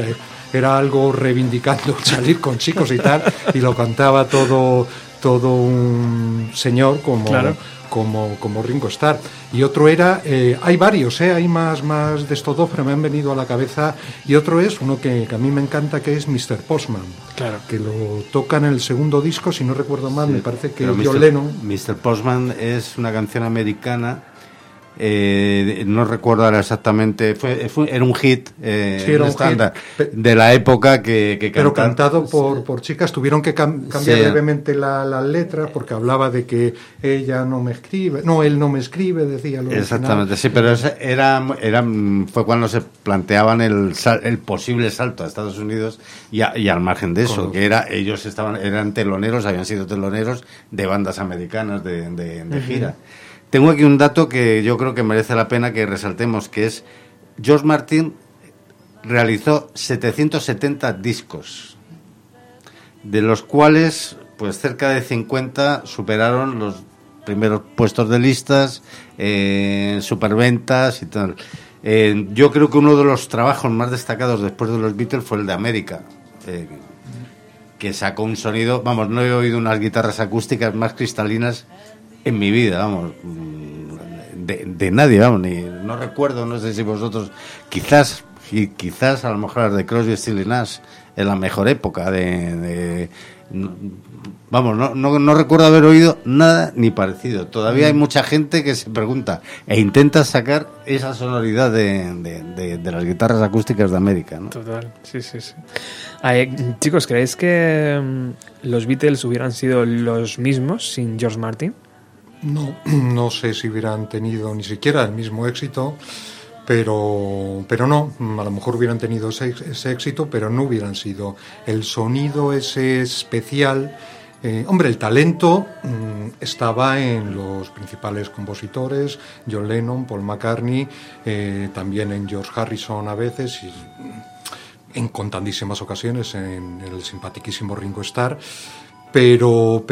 S8: era algo reivindicando salir con chicos y tal, y lo cantaba todo un señor como Ringo Starr. Y otro era, hay varios, hay más de estos dos, pero me han venido a la cabeza, y otro es uno que a mí me encanta, que es Mr. Postman, que lo tocan en el segundo disco, si no recuerdo mal, me parece que John Lennon.
S9: Mr. Postman es una canción americana, no recuerdo ahora exactamente, era un hit, era un estándar de la época
S8: pero cantado por chicas. Tuvieron que cambiar levemente las letras porque hablaba de que ella no me escribe, él no me escribe, decía lo
S9: exactamente, sí, pero fue cuando se planteaban el posible salto a Estados Unidos y al margen de eso, que ellos eran teloneros, habían sido teloneros de bandas americanas de gira. Tengo aquí un dato que yo creo que merece la pena que resaltemos, que es George Martin realizó 770 discos, de los cuales pues cerca de 50 superaron los primeros puestos de listas, superventas y tal. Yo creo que uno de los trabajos más destacados después de los Beatles fue el de América, que sacó un sonido, vamos, no he oído unas guitarras acústicas más cristalinas en mi vida, vamos, de nadie, vamos, no recuerdo, no sé si vosotros, quizás a lo mejor las de Crosby, Stills y Nash en la mejor época vamos, no recuerdo haber oído nada ni parecido. Todavía hay mucha gente que se pregunta e intenta sacar esa sonoridad de las guitarras acústicas de América, ¿no?
S7: Total, sí. Chicos, ¿creéis que los Beatles hubieran sido los mismos sin George Martin?
S8: No sé si hubieran tenido ni siquiera el mismo éxito, pero no, a lo mejor hubieran tenido ese éxito, pero no hubieran sido el sonido ese especial. El talento estaba en los principales compositores, John Lennon, Paul McCartney, también en George Harrison a veces, y en contandísimas ocasiones en el simpaticísimo Ringo Starr. Pero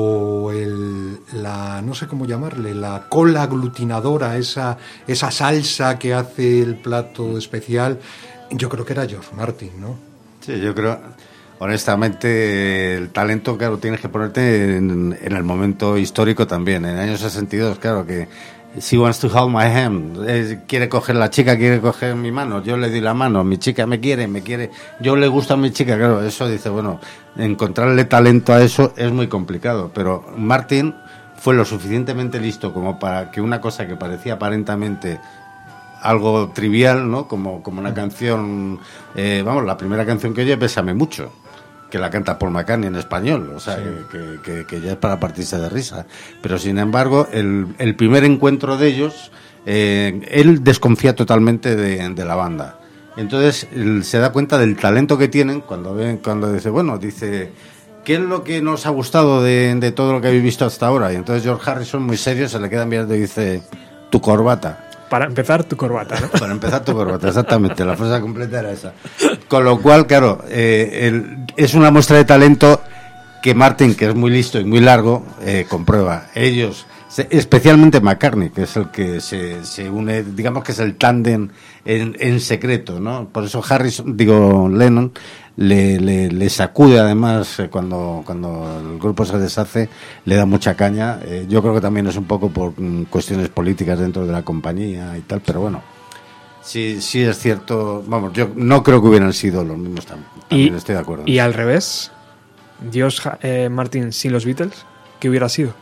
S8: no sé cómo llamarle, la cola aglutinadora, esa salsa que hace el plato especial, yo creo que era George Martin, ¿no?
S9: Sí, yo creo, honestamente, el talento, claro, tienes que ponerte en el momento histórico también. En años 62, claro, que she wants to hold my hand, quiere coger la chica, quiere coger mi mano, yo le doy la mano, mi chica me quiere, yo le gusto a mi chica, claro, eso dice, bueno, encontrarle talento a eso es muy complicado, pero Martin fue lo suficientemente listo como para que una cosa que parecía aparentemente algo trivial, ¿no? Como una canción, la primera canción que oye, Bésame mucho, que la canta Paul McCartney en español, o sea, que ya es para partirse de risa. Pero sin embargo, el primer encuentro de ellos, él desconfía totalmente de la banda. Entonces él se da cuenta del talento que tienen cuando dice, ¿qué es lo que nos ha gustado de todo lo que habéis visto hasta ahora? Y entonces George Harrison, muy serio, se le queda mirando y dice, tu corbata.
S7: Para empezar, tu corbata, ¿no?
S9: Para empezar, tu corbata, exactamente. La frase completa era esa. Con lo cual, claro, es una muestra de talento que Martin, que es muy listo y muy largo, comprueba. Ellos, especialmente McCartney, que es el que se une, digamos que es el tándem en secreto, ¿no? Por eso Lennon le sacude, además, cuando el grupo se deshace, le da mucha caña. Yo creo que también es un poco por cuestiones políticas dentro de la compañía y tal, pero bueno, sí es cierto. Vamos, yo no creo que hubieran sido los mismos también, estoy de acuerdo.
S7: Y al revés, George Martin sin los Beatles, ¿qué hubiera sido?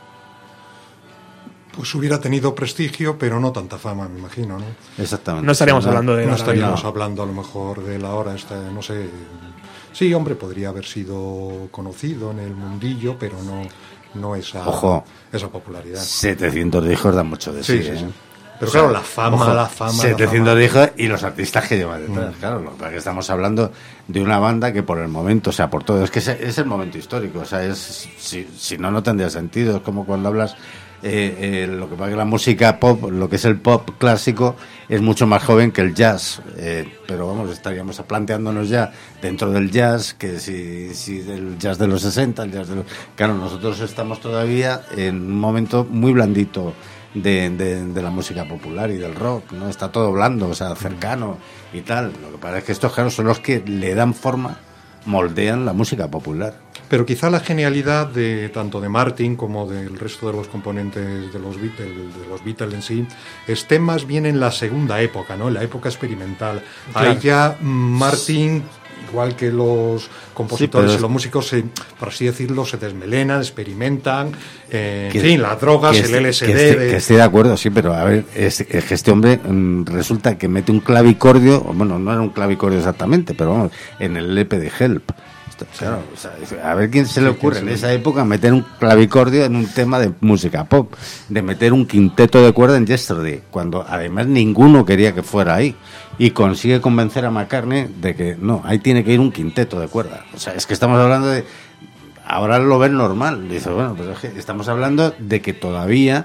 S8: Pues hubiera tenido prestigio, pero no tanta fama, me imagino, ¿no?
S9: Exactamente.
S7: No estaríamos hablando de...
S8: No estaríamos hablando a lo mejor de la hora, no sé... Sí, hombre, podría haber sido conocido en el mundillo, pero no esa popularidad.
S9: 700 discos dan mucho de sí.
S8: Sí. Pero claro, la fama...
S9: 700 discos y los artistas que llevan detrás. Claro, lo que estamos hablando de una banda que por el momento, o sea, por todo... Es que es el momento histórico, o sea, si no tendría sentido. Es como cuando hablas... lo que pasa es que la música pop, lo que es el pop clásico, es mucho más joven que el jazz, pero vamos, estaríamos planteándonos ya dentro del jazz, que si el jazz de los 60, claro, nosotros estamos todavía en un momento muy blandito de la música popular y del rock, ¿no? Está todo blando, o sea, cercano y tal. Lo que pasa es que estos, claro, son los que le dan forma, moldean la música popular.
S8: Pero quizá la genialidad de tanto de Martin como del resto de los componentes de los Beatles en sí esté más bien en la segunda época, ¿no? En la época experimental. Claro. Ahí ya Martin, igual que los compositores y los músicos, por así decirlo, se desmelenan, experimentan, en fin, las drogas, el LSD...
S9: Que estoy de acuerdo, sí, pero a ver, es que este hombre resulta que mete un clavicordio, bueno, no era un clavicordio exactamente, pero vamos, en el EP de Help. Claro, o sea, a ver quién se le ocurre en esa época meter un clavicordio en un tema de música pop, de meter un quinteto de cuerda en Yesterday, cuando además ninguno quería que fuera ahí, y consigue convencer a McCartney de que no, ahí tiene que ir un quinteto de cuerda. O sea, es que estamos hablando de... Ahora lo ven normal. Dice, bueno, pues es que estamos hablando de que todavía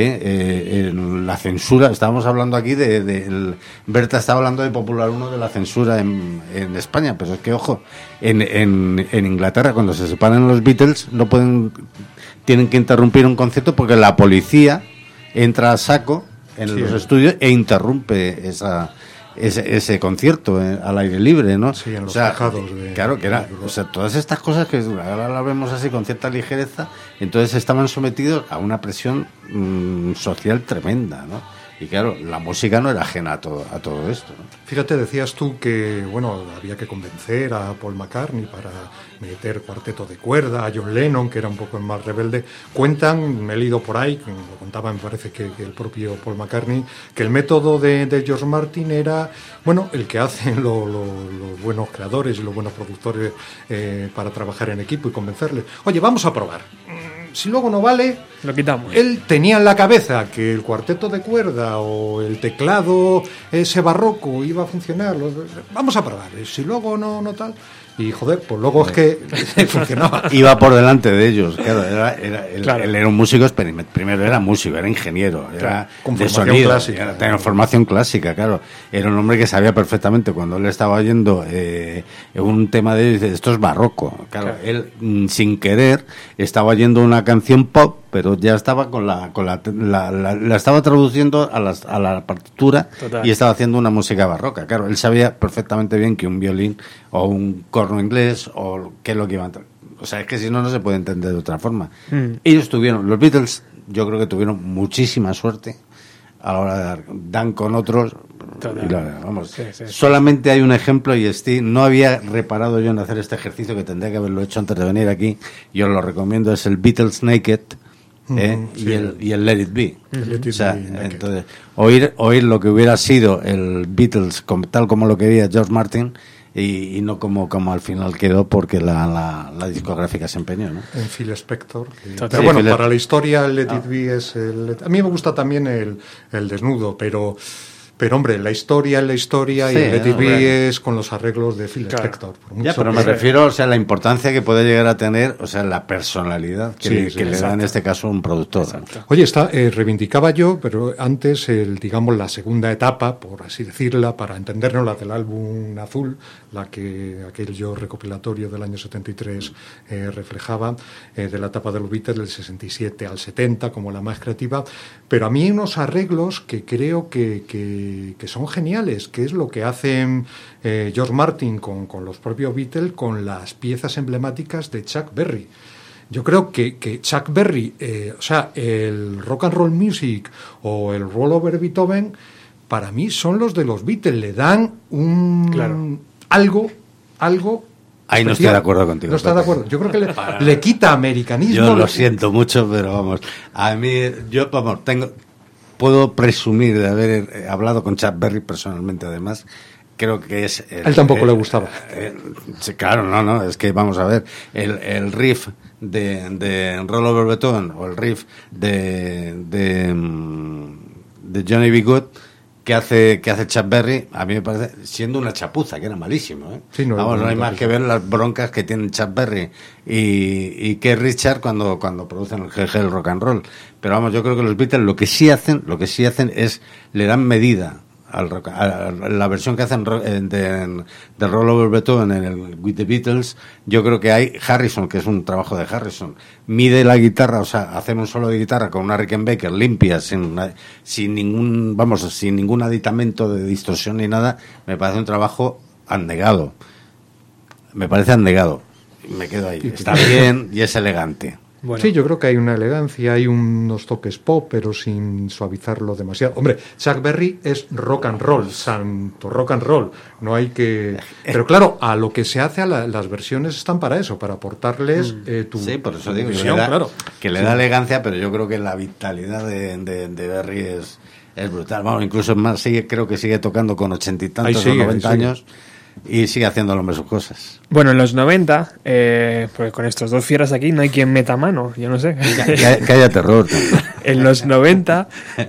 S9: en la censura, estábamos hablando aquí Berta estaba hablando de Popular 1 de la censura en España, pero es que, ojo, en Inglaterra, cuando se separan los Beatles, tienen que interrumpir un concierto porque la policía entra a saco en los estudios e interrumpe ese concierto al aire libre, ¿no?
S8: Sí, en los tejados.
S9: Claro, que era, o sea, todas estas cosas que ahora las vemos así con cierta ligereza, entonces estaban sometidos a una presión social tremenda, ¿no? Y claro, la música no era ajena a todo esto, ¿no?
S8: Fíjate, decías tú que, bueno, había que convencer a Paul McCartney para meter cuarteto de cuerda, a John Lennon, que era un poco el más rebelde. Cuentan, me he leído por ahí, lo contaba, me parece que el propio Paul McCartney, que el método de George Martin era, bueno, el que hacen los buenos creadores y los buenos productores para trabajar en equipo y convencerles. Oye, vamos a probar. Si luego no vale,
S7: lo quitamos.
S8: Él tenía en la cabeza que el cuarteto de cuerda o el teclado ese barroco iba a funcionar. Vamos a probar. Si luego no tal. Y joder, pues luego es que funcionaba.
S9: Iba por delante de ellos, claro. Él era un músico, primero era músico, era ingeniero, era de sonido, clásica, tenía formación clásica, claro. Era un hombre que sabía perfectamente cuando él estaba oyendo un tema de él, dice, esto es barroco. Claro, él sin querer estaba oyendo una canción pop, pero ya estaba la estaba traduciendo a la partitura. Total. Y estaba haciendo una música barroca. Claro, él sabía perfectamente bien que un violín o un corno inglés o qué es lo que iban a... O sea, es que si no se puede entender de otra forma. Ellos los Beatles, yo creo que tuvieron muchísima suerte a la hora de dan con otros. Solamente hay un ejemplo y no había reparado yo en hacer este ejercicio, que tendría que haberlo hecho antes de venir aquí. Yo lo recomiendo, es el Beatles Naked. Y el Let It Be. O sea, entonces oír lo que hubiera sido el Beatles tal como lo quería George Martin y no como al final quedó, porque la discográfica se empeñó, ¿no?
S8: En Phil Spector. Pero bueno, para la historia el Let It Be es a mí me gusta también el desnudo, pero hombre, la historia y el Let It Be es con los arreglos de Phil Spector.
S9: Ya, pero me refiero, o sea, la importancia que puede llegar a tener, o sea, la personalidad que le da en este caso un productor.
S8: Oye, reivindicaba yo, pero antes, digamos, la segunda etapa, por así decirla, para entendernos, la del álbum azul, aquel recopilatorio del año 73 reflejaba, de la etapa de los Beatles del 67 al 70 como la más creativa, pero a mí hay unos arreglos que creo que son geniales, que es lo que hacen George Martin con los propios Beatles, con las piezas emblemáticas de Chuck Berry. Yo creo que Chuck Berry, o sea, el Rock and Roll Music o el Roll Over Beethoven, para mí son los de los Beatles, le dan algo
S9: ahí no estoy de acuerdo contigo.
S8: No está de acuerdo. Yo creo que le quita americanismo.
S9: Yo lo siento mucho, pero vamos, a mí, puedo presumir de haber hablado con Chuck Berry personalmente, además. Creo que es...
S8: Él tampoco le gustaba.
S9: Sí, claro, no, es que vamos a ver, el riff de Roll Over Beethoven o el riff de Johnny B. Good que hace Chuck Berry, a mí me parece, siendo una chapuza, que era malísimo, ¿eh? Sí, no hay más que ver las broncas que tienen Chuck Berry y Keith Richards cuando producen el GG, el rock and roll. Pero vamos, yo creo que los Beatles lo que sí hacen es le dan medida la versión que hacen del Roll Over Beethoven en el With the Beatles, yo creo que hay Harrison, que es un trabajo de Harrison, mide la guitarra, o sea, hacer un solo de guitarra con una Rickenbacker limpia, sin ningún aditamento de distorsión ni nada, me parece un trabajo abnegado. Me quedo ahí. Está bien y es elegante.
S8: Bueno. Sí, yo creo que hay una elegancia, hay unos toques pop, pero sin suavizarlo demasiado. Hombre, Chuck Berry es rock and roll, santo rock and roll. No hay que... Pero claro, a lo que se hace, las versiones están para eso, para aportarles tu...
S9: Sí, por eso digo
S8: visión, claro.
S9: Que le da elegancia, pero yo creo que la vitalidad de Berry es brutal. Vamos, incluso más creo que sigue tocando con 80 y tantos o 90 años. Y sigue haciendo lo mismo sus cosas.
S7: Bueno, en los 90, pues con estos dos fieras aquí no hay quien meta mano, yo no sé.
S9: Que haya terror.
S7: En los 90,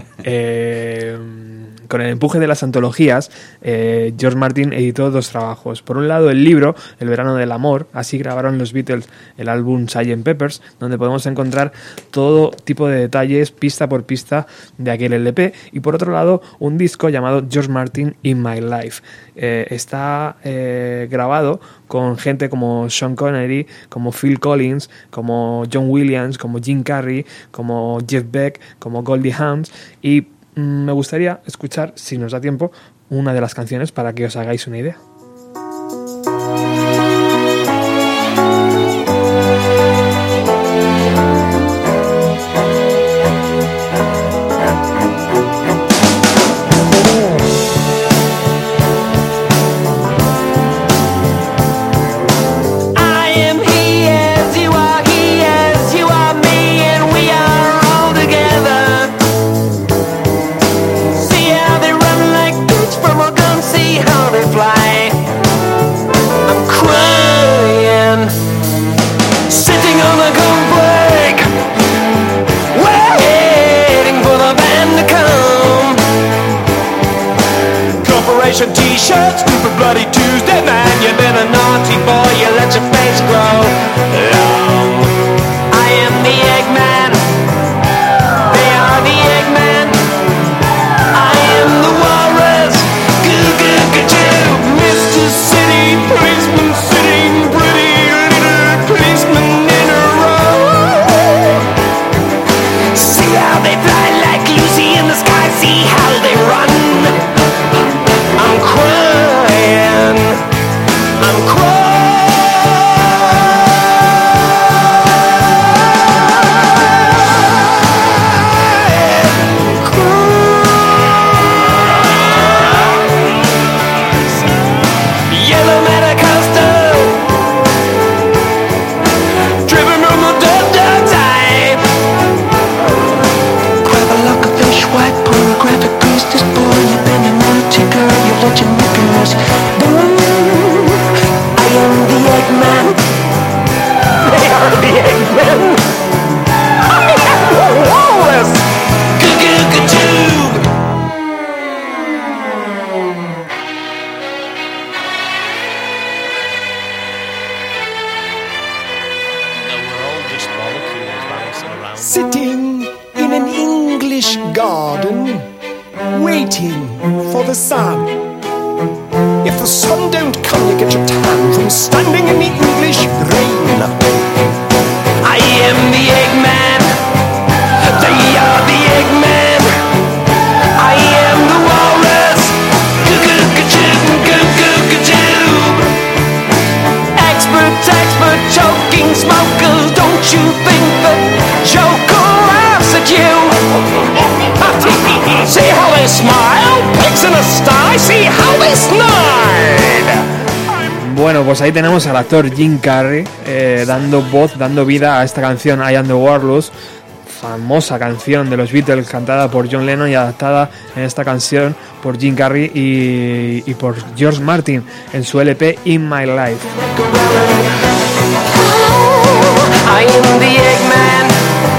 S7: con el empuje de las antologías, George Martin editó dos trabajos. Por un lado, el libro El verano del amor, así grabaron los Beatles el álbum Sgt. Peppers, donde podemos encontrar todo tipo de detalles, pista por pista, de aquel LP. Y por otro lado, un disco llamado George Martin in My Life. Está grabado con gente como Sean Connery, como Phil Collins, como John Williams, como Jim Carrey, como Jeff Beck, como Goldie Hawn, y me gustaría escuchar, si nos da tiempo, una de las canciones para que os hagáis una idea.
S17: T-shirt, stupid bloody Tuesday, man. You've been a naughty boy, you let your face grow long. I am the Eggman, they are the Eggman. I am the walrus, goo-goo-goo-goo. Mr. City Policeman, sitting pretty little policeman in a row. See how they fly like Lucy in the sky, see how they run. I'm crying. Yellow Metacosta, driven from the dirt eye. Grab a lock of fish, white pornographic priestess boy. You've been a naughty girl, you let your knickers burn. I am the Eggman, they are the Eggmen. I am the walrus, goo-goo-goo-tube.
S18: Sitting in an English garden, waiting for the sun. If the sun don't come, you get your tan from standing in the English rain.
S17: I am the Eggman, they are the Eggmen. I am the walrus, goo-goo-goo-tube, goo-goo-goo-tube. Expert, choking smokers, don't you think that Joker laughs at you? See how they smile, pigs in a sty, see how they snide.
S7: Bueno, pues ahí tenemos al actor Jim Carrey dando voz, dando vida a esta canción I Am the Walrus, famosa canción de los Beatles cantada por John Lennon y adaptada en esta canción por Jim Carrey y por George Martin en su LP In My Life.
S17: I am the Eggman.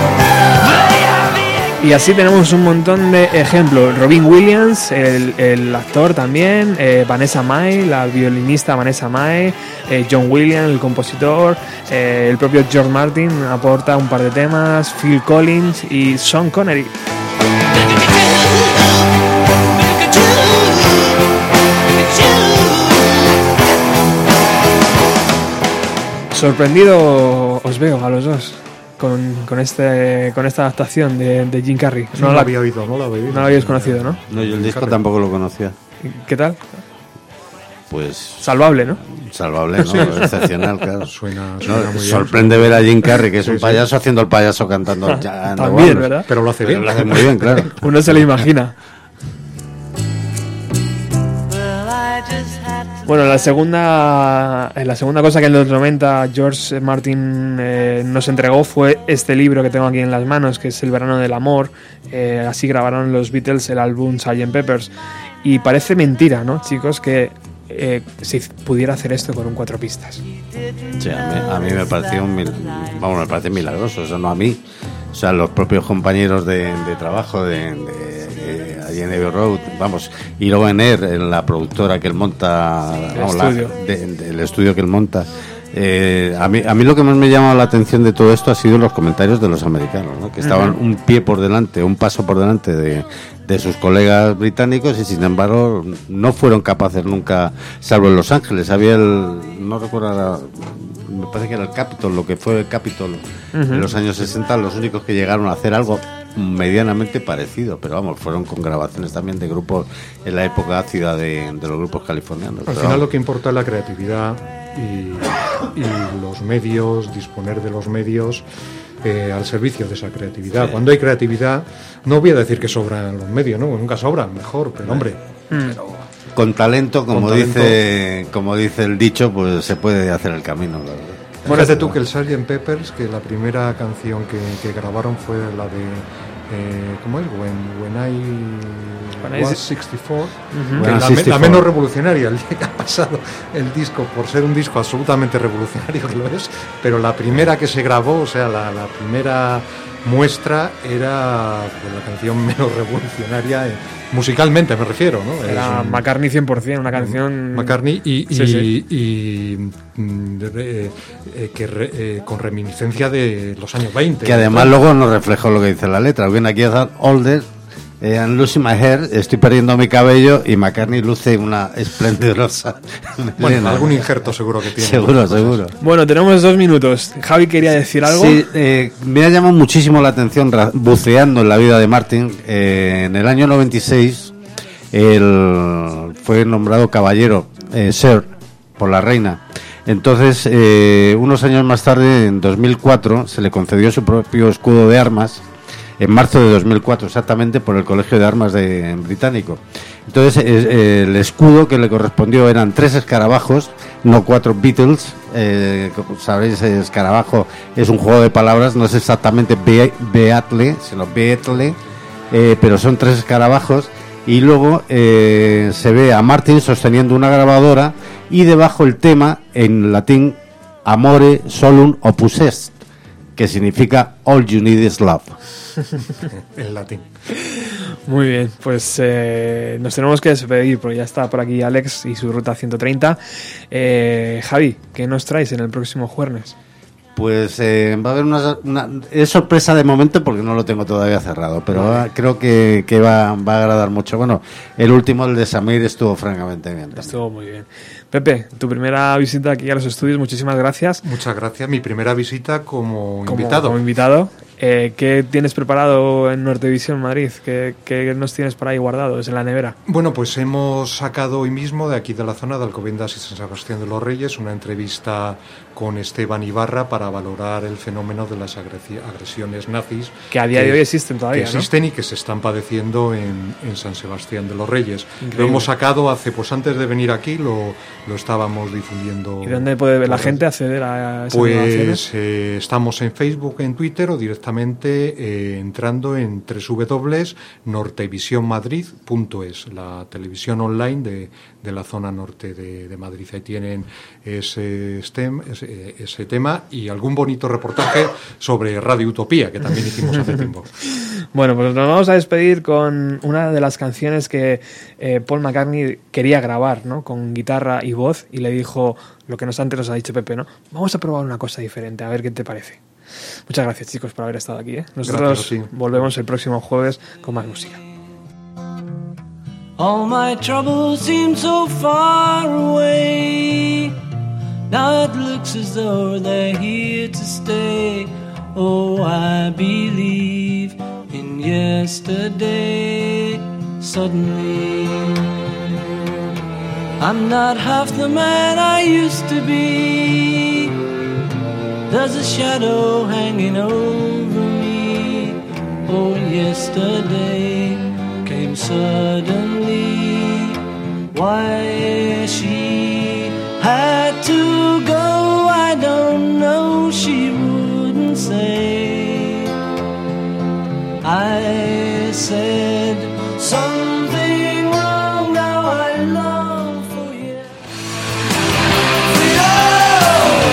S7: Y así tenemos un montón de ejemplos. Robin Williams, el actor también, Vanessa Mae, la violinista Vanessa Mae, John Williams, el compositor, el propio George Martin aporta un par de temas, Phil Collins y Sean Connery. Sorprendido os veo a los dos con esta adaptación de Jim Carrey.
S8: No la había oído, no la había oído.
S7: No lo habíais conocido, ¿no?
S9: No, yo el disco tampoco lo conocía.
S7: ¿Qué tal?
S9: Pues
S7: salvable, ¿no?
S9: Salvable, ¿no? Sí. Excepcional, claro.
S8: Suena
S9: muy sorprende bien a Jim Carrey, que es un payaso haciendo el payaso cantando.
S7: También, ¿verdad?
S8: Pero lo hace bien.
S9: Lo hace muy bien, claro.
S7: Uno se lo imagina. Bueno, la segunda cosa que en los 90 George Martin nos entregó fue este libro que tengo aquí en las manos, que es El verano del amor. Así grabaron los Beatles el álbum Sgt. Pepper's. Y parece mentira, ¿no, chicos? Que se pudiera hacer esto con un 4 pistas.
S9: Sí, a mí me pareció me parece milagroso, eso no a mí. O sea, los propios compañeros de trabajo allí en Abbey Road, y luego en la productora que él monta, el estudio que él monta. A mí lo que más me llama la atención de todo esto ha sido los comentarios de los americanos, ¿no? Que estaban un paso por delante de sus colegas británicos, y sin embargo no fueron capaces nunca, salvo en Los Ángeles. Había no recuerdo, me parece que era el Capitol, lo que fue el Capitol en los años 60, los únicos que llegaron a hacer algo medianamente parecido, pero fueron con grabaciones también de grupos en la época ácida de los grupos californianos.
S8: Al final lo que importa es la creatividad y los medios, disponer de los medios al servicio de esa creatividad. Sí. Cuando hay creatividad, no voy a decir que sobran los medios, ¿no? Nunca sobran, mejor, pero hombre. Pero
S9: con talento, como dice el dicho, pues se puede hacer el camino.
S8: Fíjate tú que el Sgt. Pepper's, que la primera canción que grabaron fue la de ¿cómo es? When I was 64, la menos revolucionaria, el día que ha pasado el disco, por ser un disco absolutamente revolucionario, que lo es, pero la primera que se grabó, o sea, la primera muestra era la canción menos revolucionaria, musicalmente me refiero, ¿no?
S7: Era McCartney 100%, una canción...
S8: McCartney con reminiscencia de los años 20.
S9: Que además luego nos reflejó lo que dice la letra. Viene aquí a Older, I'm losing my hair, estoy perdiendo mi cabello, y McCartney luce una esplendorosa.
S8: Bueno, algún injerto seguro que tiene.
S9: Seguro.
S7: Bueno, tenemos 2 minutos. Javi quería decir algo.
S9: Sí, me ha llamado muchísimo la atención, buceando en la vida de Martin. En el año 96, él fue nombrado caballero, Sir, por la reina. Entonces, unos años más tarde, en 2004, se le concedió su propio escudo de armas, en marzo de 2004, exactamente, por el Colegio de Armas británico. Entonces, el escudo que le correspondió eran 3 escarabajos, no 4 Beatles. Como sabréis, escarabajo es un juego de palabras, no es exactamente Beatle, sino Beatle, pero son 3 escarabajos. Y luego se ve a Martin sosteniendo una grabadora, y debajo el tema en latín Amore solum opus est, que significa All you need is love.
S8: En latín.
S7: Muy bien, pues nos tenemos que despedir, porque ya está por aquí Alex y su ruta 130. Javi, ¿qué nos traes en el próximo jueves?
S9: Pues va a haber es sorpresa de momento porque no lo tengo todavía cerrado, pero creo que va a agradar mucho. Bueno, el último, el de Samir, estuvo francamente bien.
S7: Estuvo muy bien. Pepe, tu primera visita aquí a los estudios, muchísimas gracias.
S8: Muchas gracias, mi primera visita como invitado.
S7: Como invitado. ¿Qué tienes preparado en Nortevisión Madrid? ¿Qué nos tienes por ahí guardados en la nevera?
S8: Bueno, pues hemos sacado hoy mismo de aquí de la zona de Alcobendas y San Sebastián de los Reyes una entrevista con Esteban Ibarra para valorar el fenómeno de las agresiones nazis.
S7: Que a día de hoy existen todavía,
S8: que existen, ¿no? Y que se están padeciendo en San Sebastián de los Reyes. Increíble. Lo hemos sacado antes de venir aquí, lo estábamos difundiendo.
S7: ¿Y dónde puede la gente acceder a esas
S8: Pues estamos en Facebook, en Twitter, o directamente entrando en www.nortevisionmadrid.es, la televisión online de la zona norte de Madrid. Ahí tienen ese tema y algún bonito reportaje sobre Radio Utopía, que también hicimos hace tiempo.
S7: Bueno, pues nos vamos a despedir con una de las canciones que Paul McCartney quería grabar, ¿no? Con guitarra y voz, y le dijo lo que antes nos ha dicho Pepe, ¿no? Vamos a probar una cosa diferente, a ver qué te parece. Muchas gracias, chicos, por haber estado aquí, ¿eh? Nosotros volvemos el próximo jueves con más música.
S13: All my troubles seem so far away. Now it looks as though they're here to stay. Oh, I believe in yesterday. Suddenly, I'm not half the man I used to be. There's a shadow hanging over me. Oh, yesterday came suddenly. Why she had to go, I don't know, she wouldn't say. I said